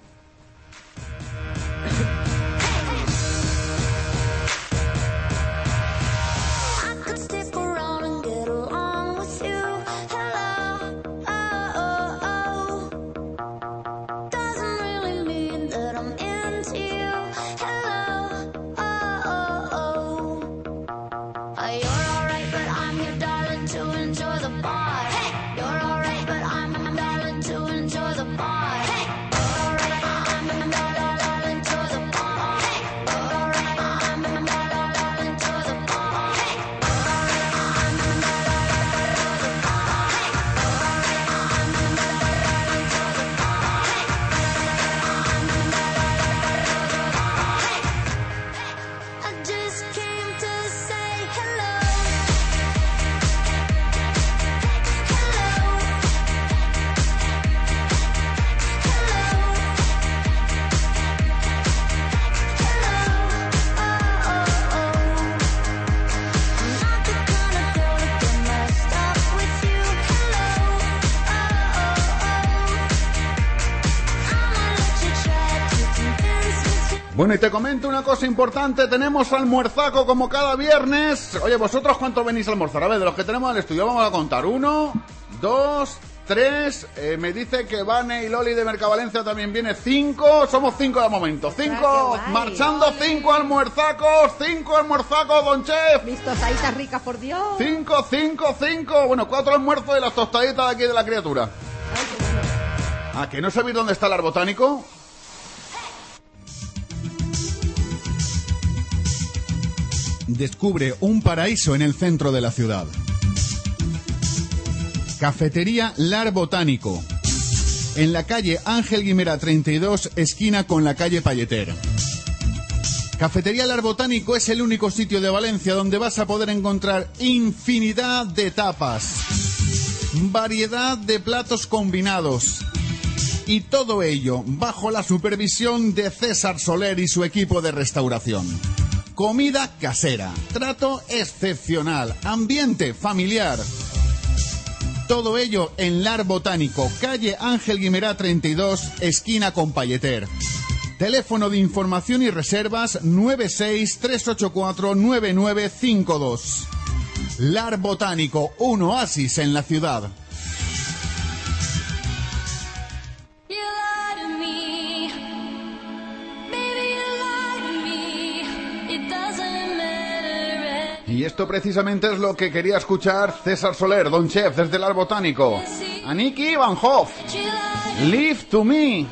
Bueno, y te comento una cosa importante, tenemos almuerzaco como cada viernes. Oye, ¿vosotros cuántos venís a almorzar? A ver, de los que tenemos en el estudio, vamos a contar. 1, 2, 3, me dice que Vane y Loli de Mercavalencia también viene. 5, somos 5 de momento. 5, marchando, 5 almuerzacos, don Chef. Mis tostaditas ricas, por Dios. 5, bueno, 4 almuerzos y las tostaditas de aquí de la criatura. ¿A que no sabéis dónde está el Arbotánico? Descubre un paraíso en el centro de la ciudad. Cafetería Lar Botánico, en la calle Ángel Guimerá 32, esquina con la calle Palleter. Cafetería Lar Botánico es el único sitio de Valencia donde vas a poder encontrar infinidad de tapas, variedad de platos combinados, y todo ello bajo la supervisión de César Soler y su equipo de restauración. Comida casera, trato excepcional, ambiente familiar. Todo ello en Lar Botánico, calle Ángel Guimerá 32, esquina con Palleter. Teléfono de información y reservas 96-384-9952. Lar Botánico, un oasis en la ciudad. You Y esto precisamente es lo que quería escuchar César Soler, Don Chef, desde el Ar Botánico. Aniki Van Hoff, Live to Me.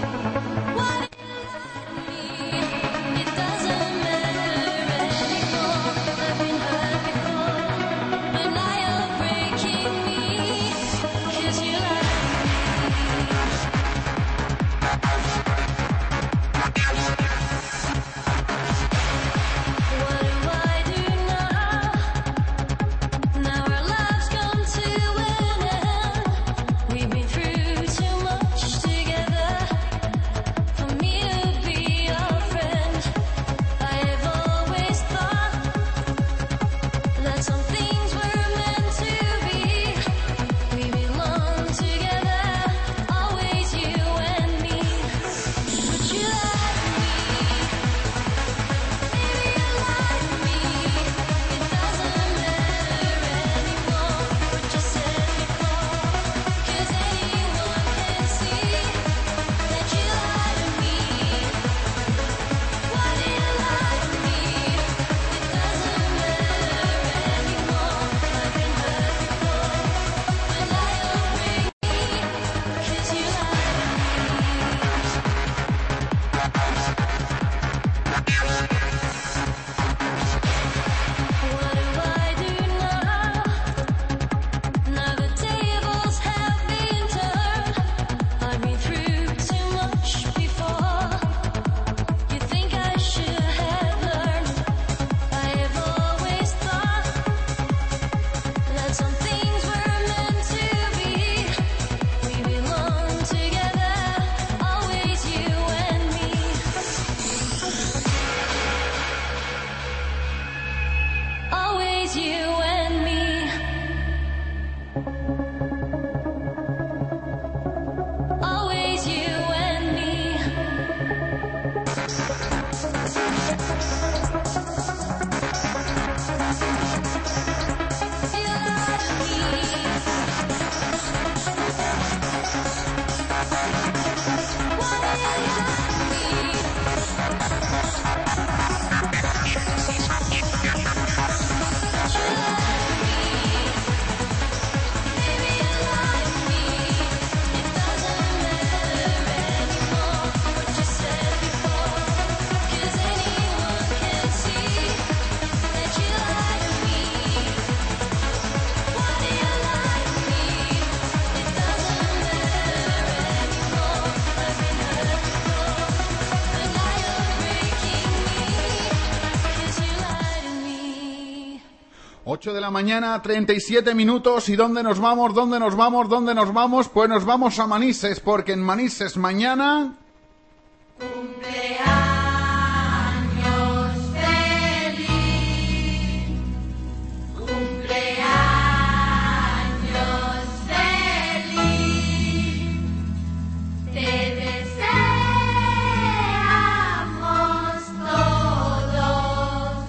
De la mañana, 37 minutos. ¿Y dónde nos vamos? ¿Dónde nos vamos? ¿Dónde nos vamos? Pues nos vamos a Manises, porque en Manises mañana... Cumpleaños feliz, cumpleaños feliz, te deseamos todos,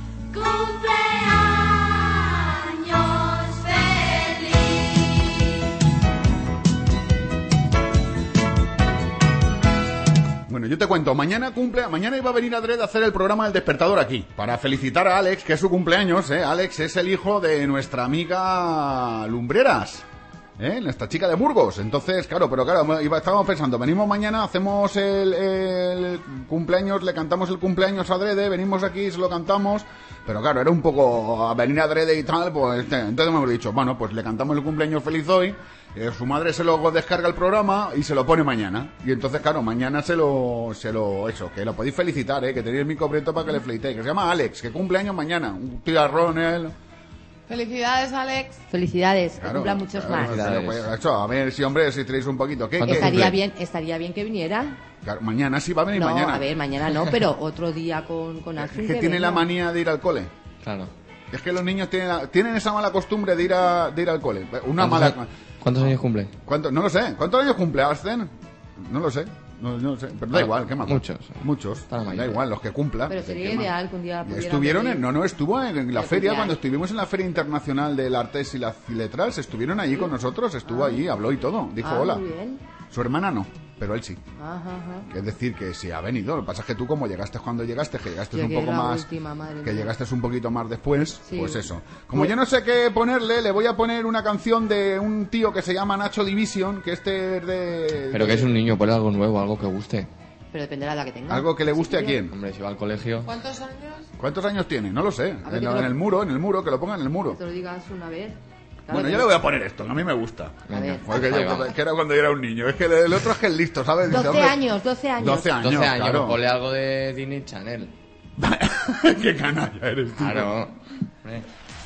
Bueno, yo te cuento, mañana iba a venir Adred a hacer el programa del despertador aquí, para felicitar a Alex, que es su cumpleaños, Alex es el hijo de nuestra amiga Lumbreras, nuestra chica de Burgos. Entonces, claro, estábamos pensando, venimos mañana, hacemos el cumpleaños, le cantamos el cumpleaños a Adrede, venimos aquí, se lo cantamos, pero claro, era un poco a venir a Adrede y tal, pues entonces hemos dicho, bueno, pues le cantamos el cumpleaños feliz hoy. Su madre se lo descarga el programa y se lo pone mañana. Y entonces, claro, mañana que lo podéis felicitar, que tenéis mi cobrito para que le felicitéis. Que se llama Alex, que cumple años mañana. Un tiarrón, él. Felicidades, Alex. Felicidades, que cumplan muchos más. Pues, a ver si, hombre, si tenéis un poquito. Estaría bien que viniera. Claro, mañana sí va a venir mañana. A ver, mañana no, pero otro día con Ángel. Es que tiene la manía de ir al cole. Claro. Es que los niños tienen esa mala costumbre de ir al cole. ¿Cuántos años cumple? No lo sé. ¿Cuántos años cumple Arsen? No lo sé. No lo sé. Pero da igual, ¿qué más? Muchos. Da igual, los que cumpla. Pero sería ideal que un día estuvieron estuvo en la feria, cuando estuvimos en la Feria Internacional del Artes y las Letras, estuvieron allí con nosotros, estuvo allí, habló y todo, dijo hola. Muy bien. Su hermana no. pero él sí. Ajá. Es decir, que sí ha venido. Lo que pasa es que tú, como llegaste cuando llegaste, que llegaste Yo un que poco la más... última, madre que mía. llegaste un poquito más después, Sí. pues eso. Como yo no sé qué ponerle, le voy a poner una canción de un tío que se llama Nacho Division, que este es de... Pero que es un niño, ponle algo nuevo, algo que guste. Pero dependerá de la que tenga. Algo que le guste a quién. Hombre, si va al colegio. ¿Cuántos años? ¿Cuántos años tiene? No lo sé. A ver, En que te lo- el muro, que lo ponga en el muro. Que te lo digas una vez. Bueno, Claro, yo le voy a poner esto, que a mí me gusta. A ver. Porque Ahí yo, vamos. que era cuando yo era un niño. Es que el otro es que es listo, ¿sabes? Dice, 12 hombre, años, 12 años. 12 años, 12 años, claro. ponle algo de Disney Channel. Qué canalla eres, tío. Claro. Hombre.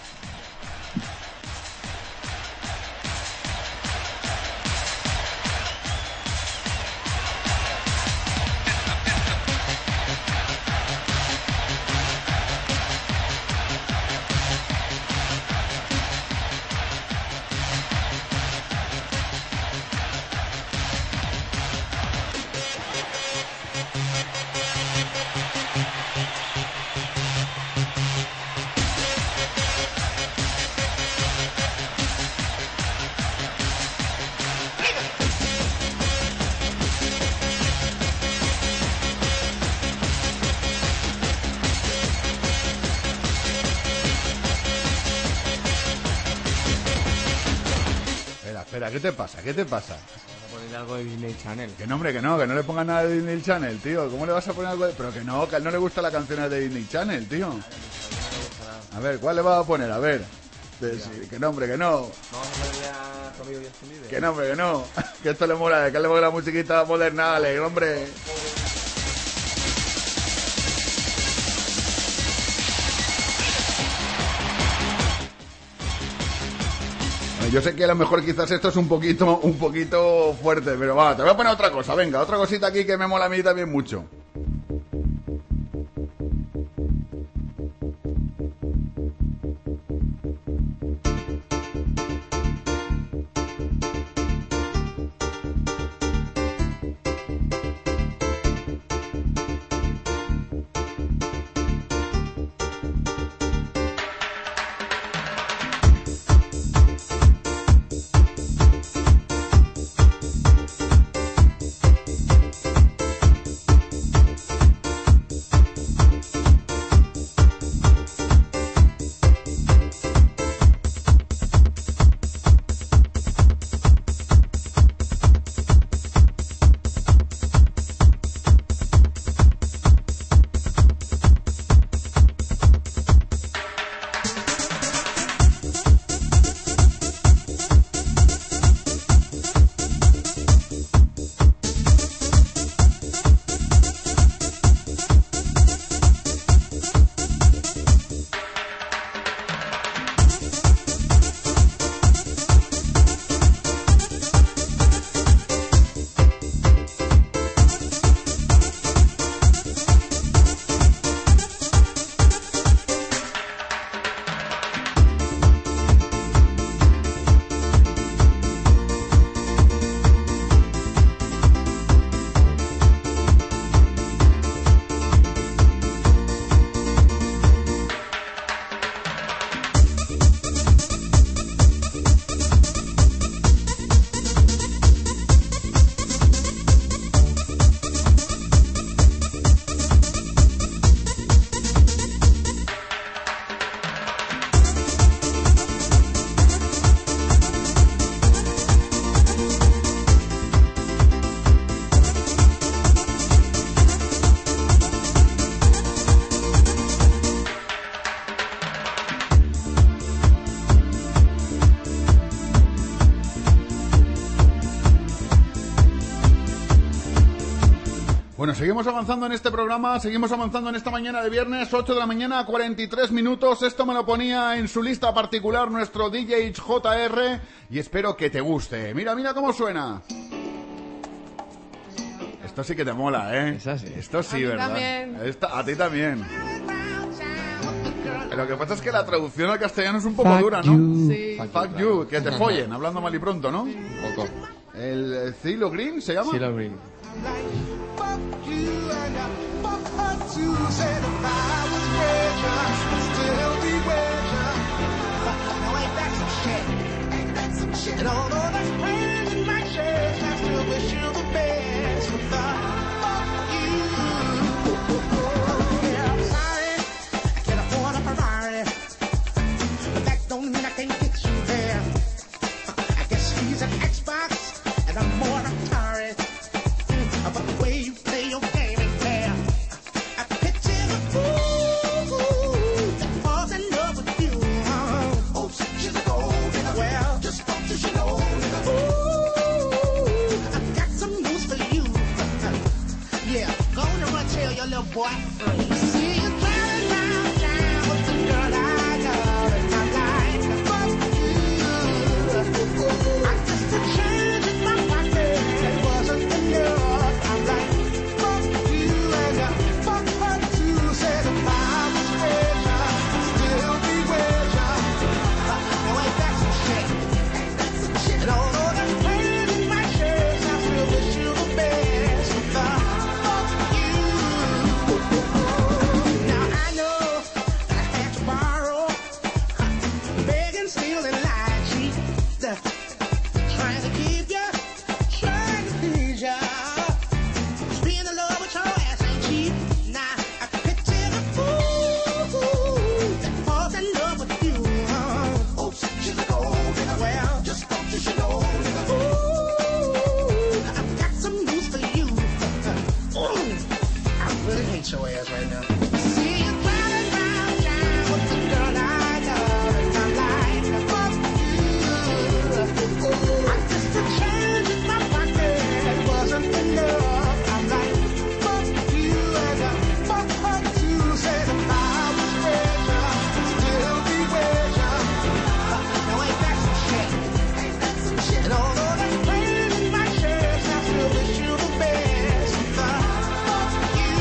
Espera, ¿qué te pasa? ¿Qué te pasa? Ponerle algo de Disney Channel. Que no, hombre, que no le ponga nada de Disney Channel, tío. ¿Cómo le vas a poner algo de...? Pero que a él no le gustan las canciones de Disney Channel, tío. A ver, ¿cuál le vas a poner? A ver. Sí, que no, hombre, que no. Vamos a ponerle a tu amigo Justin Bieber. Que no, hombre, que no. Que esto le mola, que le mola la musiquita moderna, dale, hombre. Yo sé que a lo mejor quizás esto es un poquito fuerte, pero va, te voy a poner otra cosa, venga, otra cosita aquí que me mola a mí también mucho. Bueno, seguimos avanzando en este programa, seguimos avanzando en esta mañana de viernes, 8 de la mañana, 43 minutos. Esto me lo ponía en su lista particular nuestro DJ JR y espero que te guste. Mira, mira cómo suena. Esto sí que te mola, ¿eh? Es así. Esto sí, A mí ¿verdad? también. A ti también. Lo que pasa es que la traducción al castellano es un poco dura, ¿no? Sí. Fuck you, que te follen, hablando mal y pronto, ¿no? Un poco. ¿El CeeLo Green se llama? CeeLo Green. And although there's pain in my chest, I still wish you the best. stealing like cheap. Trying to keep ya, trying to please ya. Just being in love with your ass ain't cheap. Now I can picture the fool that falls in love with you. Oops, she's a gold digger. Well, just don't you should know. Ooh, I've got some news for you. Ooh, I really hate your ass right now. See you running round town with the girl I love, and I'm like, fuck you. I just a change in my pocket wasn't enough. I'm like, fuck you, and fuck her too. Said if I was richer, I'd still be richer. Now ain't that some shit? Ain't that some shit? And although there's pain in my chest, I still wish you the best. Fuck you.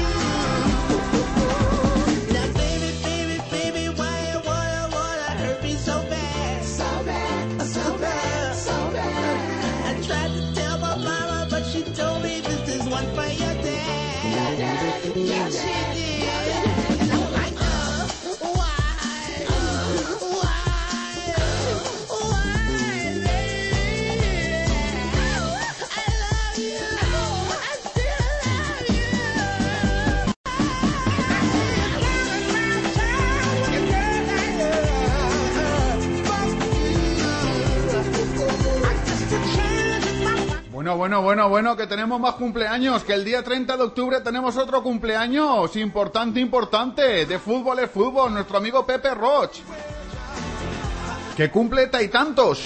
Now baby, baby, baby, why you wanna hurt me so bad? So bad, so bad, so bad. I tried to tell my mama, but she told me this is one for your dad. Yeah, she did. And I'm like, why, lady? I love you, I still love you. Bueno, que tenemos más cumpleaños, que el día 30 de octubre tenemos otro cumpleaños importante, de fútbol es fútbol, nuestro amigo Pepe Roch, que cumple tantos.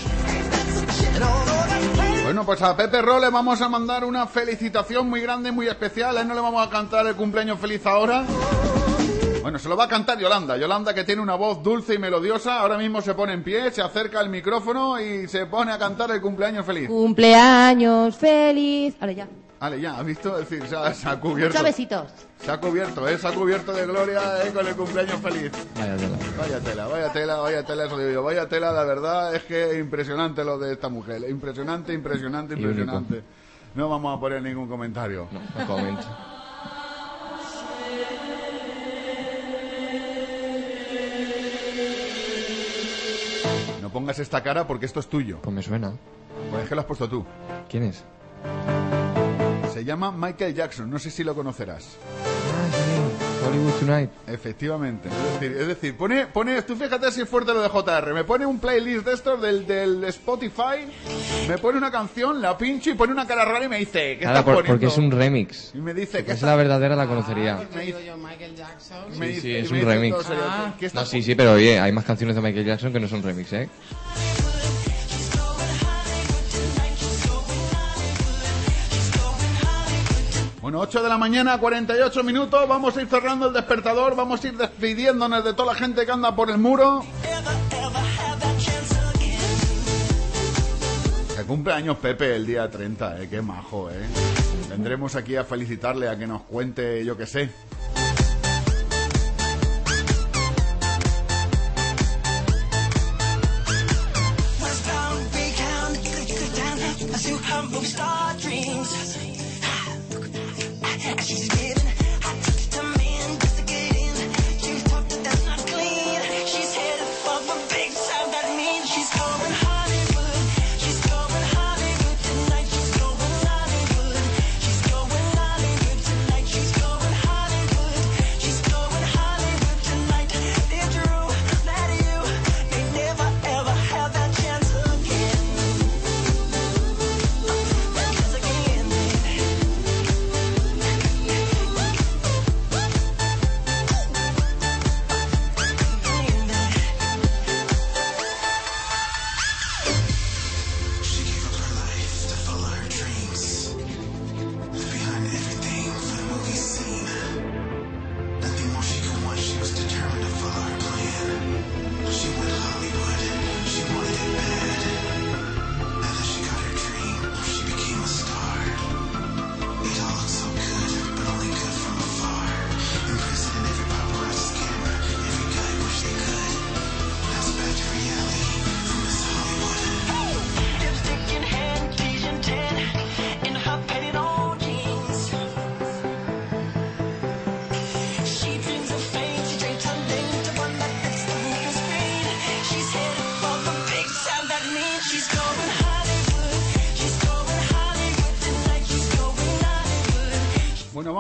Bueno, pues a Pepe Roch le vamos a mandar una felicitación muy grande, muy especial. A él no le vamos a cantar el cumpleaños feliz ahora. Bueno, se lo va a cantar Yolanda, que tiene una voz dulce y melodiosa. Ahora mismo se pone en pie, se acerca al micrófono y se pone a cantar el cumpleaños feliz. Cumpleaños feliz. Ahora ya. Vale, ya, ¿has visto? Es decir, se ha cubierto. Muchos besitos. Se ha cubierto de gloria con el cumpleaños feliz. Vaya tela, eso digo yo. Vaya tela, la verdad es que impresionante lo de esta mujer. Impresionante. No vamos a poner ningún comentario. No comento. No pongas esta cara porque esto es tuyo. Pues me suena. Pues es que lo has puesto tú. ¿Quién es? Se llama Michael Jackson, no sé si lo conocerás. Hollywood Tonight. Efectivamente. Es decir, pone, tú fíjate si es fuerte lo de JR. Me pone un playlist de estos del Spotify, me pone una canción, la pincho y pone una cara rara y me dice, ¿qué estás poniendo? Porque es un remix. Y me dice que es la verdadera, la conocería. Michael Jackson. Sí, es un remix. No, sí, pero oye, hay más canciones de Michael Jackson que no son remix, ¿eh? Bueno, 8 de la mañana, 48 minutos, vamos a ir cerrando el despertador, vamos a ir despidiéndonos de toda la gente que anda por el muro. Que cumple años Pepe el día 30, qué majo, Vendremos aquí a felicitarle, a que nos cuente, yo qué sé. She's giving hot tips to me, investigating. She's talked that that's not clean. She's headed for the big time. That means she's going Hollywood. She's going Hollywood tonight. She's going Hollywood. She's going Hollywood tonight. She's going Hollywood. She's going Hollywood tonight. It's true that you may never ever have that chance again. Because again.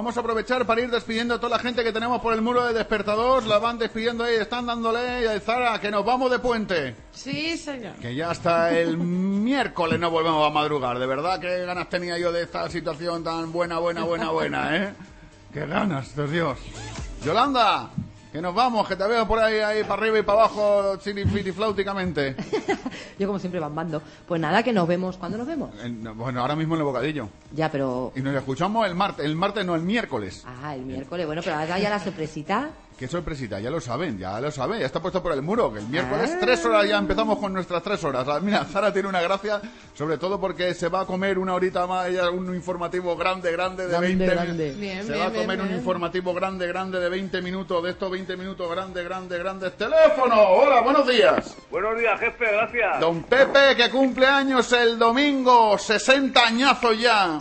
vamos a aprovechar para ir despidiendo a toda la gente que tenemos por el muro de Despertador. La van despidiendo ahí, están dándole. Y Zara, que nos vamos de puente. Sí, señor. Que ya hasta el miércoles no volvemos a madrugar. De verdad, qué ganas tenía yo de esta situación tan buena, ¿eh? Qué ganas, de Dios. Yolanda, que nos vamos, que te veo por ahí para arriba y para abajo, chiliflauticamente. Yo como siempre bambando. Pues nada, que nos vemos. ¿Cuándo nos vemos? Bueno, ahora mismo en el bocadillo. Ya, pero... Y nos escuchamos el martes no, el miércoles. Ah, el miércoles. Bueno, pero ahora ya la sorpresita. ¿Qué sorpresita? Ya lo saben, ya está puesto por el muro, que el miércoles 3 horas ya empezamos con nuestras 3 horas. Mira, Zara tiene una gracia, sobre todo porque se va a comer una horita más, ella un informativo grande de 20 minutos. Se va a comer un informativo grande de 20 minutos, de estos 20 minutos grandes. ¡Teléfono! Hola, buenos días. Buenos días, jefe, gracias. Don Pepe, que cumple años el domingo, 60 añazos ya.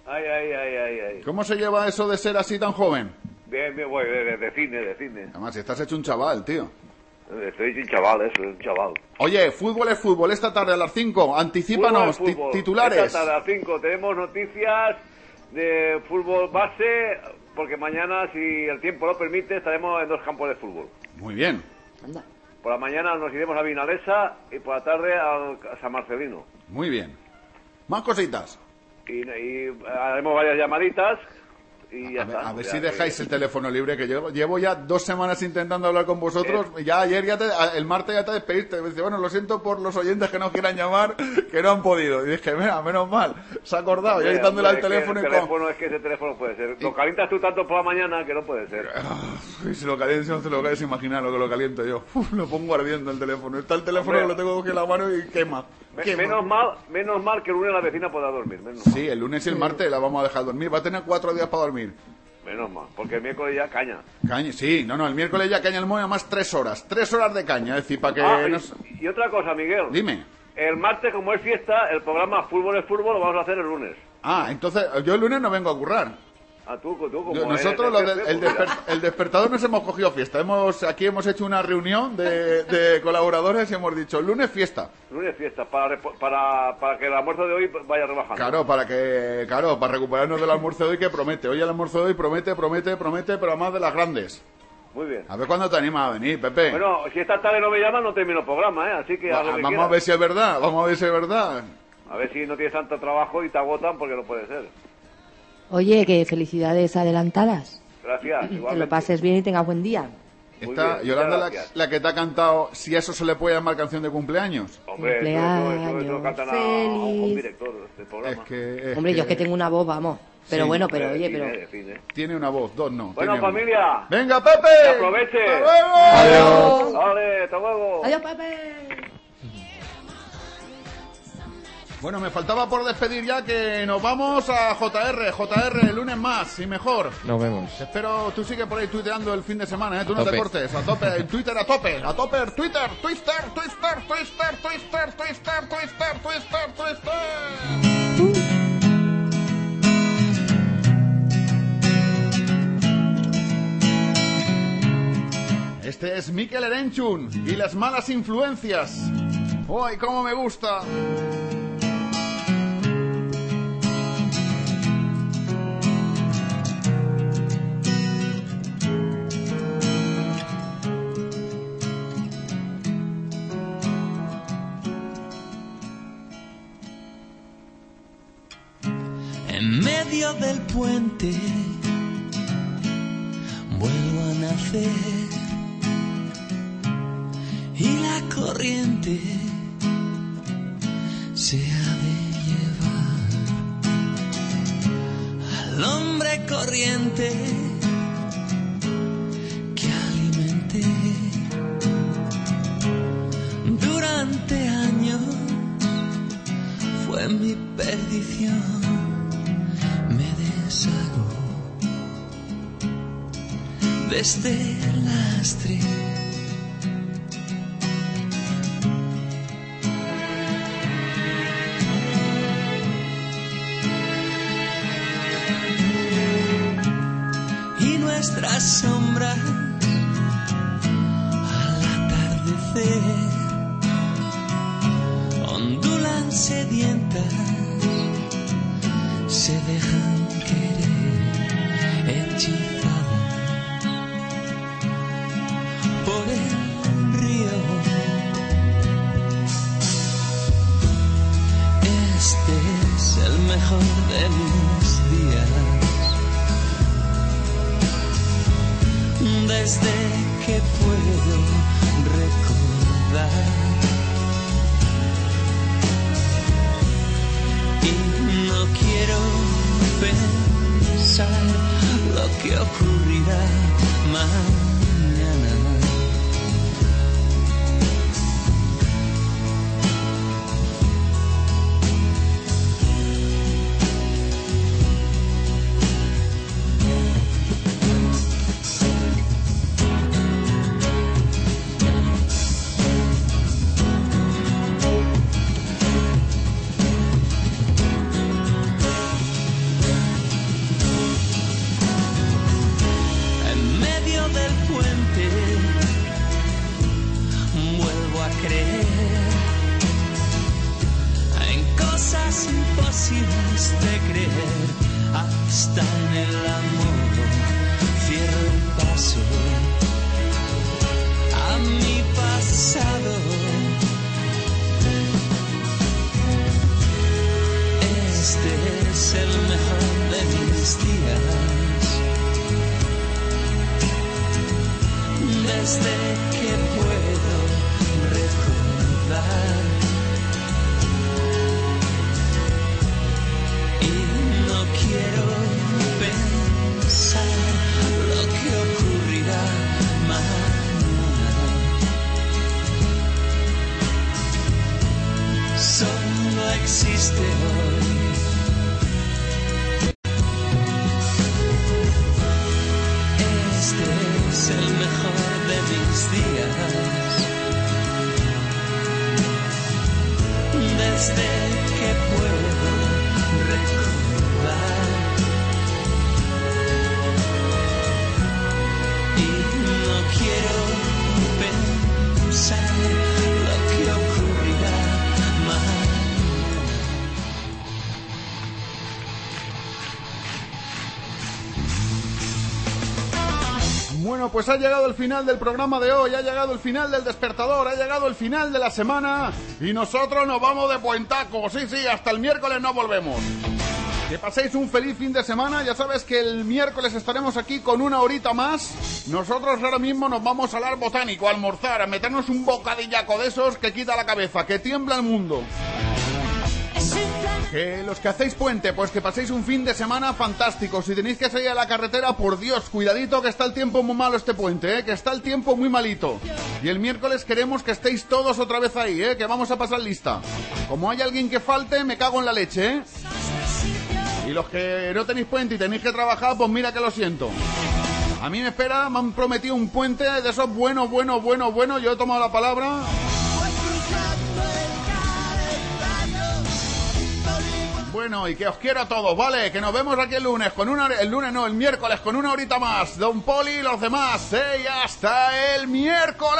Ay. ¿Cómo se lleva eso de ser así tan joven? Bien, voy de cine. Además, si estás hecho un chaval, tío. Estoy un chaval, un chaval. Oye, fútbol es fútbol. Esta tarde a las 5, anticípanos, fútbol. Titulares. Esta tarde a las 5 tenemos noticias de fútbol base, porque mañana, si el tiempo lo permite, estaremos en 2 campos de fútbol. Muy bien. Anda. Por la mañana nos iremos a Vinalesa y por la tarde a San Marcelino. Muy bien. Más cositas. Y haremos varias llamaditas. Y a ver si dejáis el teléfono libre, que yo llevo ya 2 semanas intentando hablar con vosotros. Ya ayer, el martes ya te despediste. Me dice, bueno, lo siento por los oyentes que nos quieran llamar, que no han podido. Y dije, mira, menos mal, se ha acordado. Y ahí dándole al teléfono. Es que ese teléfono puede ser. Lo calientas tú tanto por la mañana que no puede ser. Si lo calientas, no te lo puedes imaginar lo que lo caliento yo. Lo pongo ardiendo el teléfono. Está el teléfono, lo tengo que en la mano y quema. Menos mal que el lunes la vecina pueda dormir. Sí, el lunes y el martes la vamos a dejar dormir. Va a tener 4 días para dormir. Menos mal, porque el miércoles ya caña. Sí, el miércoles ya caña el móvil, más 3 horas. 3 horas de caña, es decir, para que... Y otra cosa, Miguel. Dime. El martes, como es fiesta, el programa Fútbol es Fútbol lo vamos a hacer el lunes. Entonces, yo el lunes no vengo a currar. Tú como nosotros el despertador nos hemos cogido fiesta. Aquí hemos hecho una reunión de colaboradores y hemos dicho lunes fiesta. Lunes fiesta para que el almuerzo de hoy vaya rebajando. Para recuperarnos del almuerzo de hoy que promete. Hoy el almuerzo de hoy promete, pero además de las grandes. Muy bien. A ver cuándo te animas a venir, Pepe. Bueno, si esta tarde no me llaman no termino el programa, así que vamos a ver si es verdad. A ver si no tienes tanto trabajo y te agotan, porque no puede ser. Oye, que felicidades adelantadas. Gracias, igualmente. Que lo pases bien y tengas buen día. Está Yolanda la que te ha cantado, si eso se le puede llamar canción de cumpleaños. Hombre, eso cantan a un director del programa. Hombre, yo es que tengo una voz, vamos. Pero bueno, oye. Tiene una voz, 2 no. Bueno, familia. ¡Venga, Pepe! ¡Que aproveche! ¡Hasta luego! ¡Adiós! Vale, hasta luego. ¡Adiós, Pepe! Bueno, me faltaba por despedir ya que nos vamos a JR, el lunes más y mejor. Nos vemos. Te espero, tú sigue por ahí tuiteando el fin de semana, ¿eh? Tú no te cortes, a tope, en Twitter a tope, Twitter. Este es Mikel Erenchun y las malas influencias. ¡Uy, cómo me gusta! En medio del puente vuelvo a nacer y la corriente se ha de llevar al hombre corriente que alimenté durante años. Fue mi perdición. Desde el lastre y nuestras sombras al atardecer ondulan sedientas, se dejan querer. marchitado por el río. Este es el mejor de mis días. Desde que puedo recordar, y no quiero pensar lo que ocurrirá mañana. Pues ha llegado el final del programa de hoy, ha llegado el final del despertador, ha llegado el final de la semana y nosotros nos vamos de puentaco. Sí, hasta el miércoles no volvemos. Que paséis un feliz fin de semana, ya sabes que el miércoles estaremos aquí con una horita más. Nosotros ahora mismo nos vamos al ar botánico, a almorzar, a meternos un bocadillaco de esos que quita la cabeza, que tiembla el mundo. Que los que hacéis puente, pues que paséis un fin de semana fantástico. Si tenéis que salir a la carretera, por Dios, cuidadito que está el tiempo muy malo este puente, que está el tiempo muy malito. Y el miércoles queremos que estéis todos otra vez ahí, que vamos a pasar lista. Como hay alguien que falte, me cago en la leche, Y los que no tenéis puente y tenéis que trabajar, pues mira que lo siento. A mí me espera, me han prometido un puente de esos bueno, yo he tomado la palabra. Bueno, y que os quiero a todos, ¿vale? Que nos vemos aquí el lunes, el miércoles, con una horita más. Don Poli y los demás, y hasta el miércoles.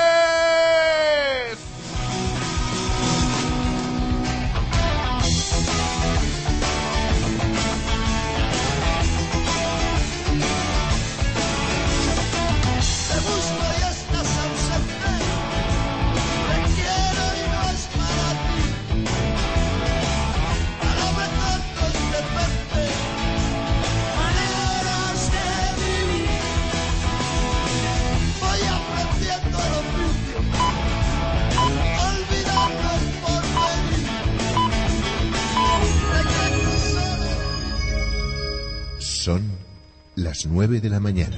Son las 9 de la mañana.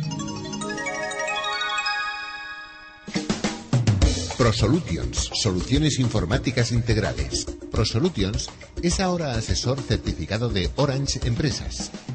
ProSolutions, soluciones informáticas integrales. ProSolutions es ahora asesor certificado de Orange Empresas.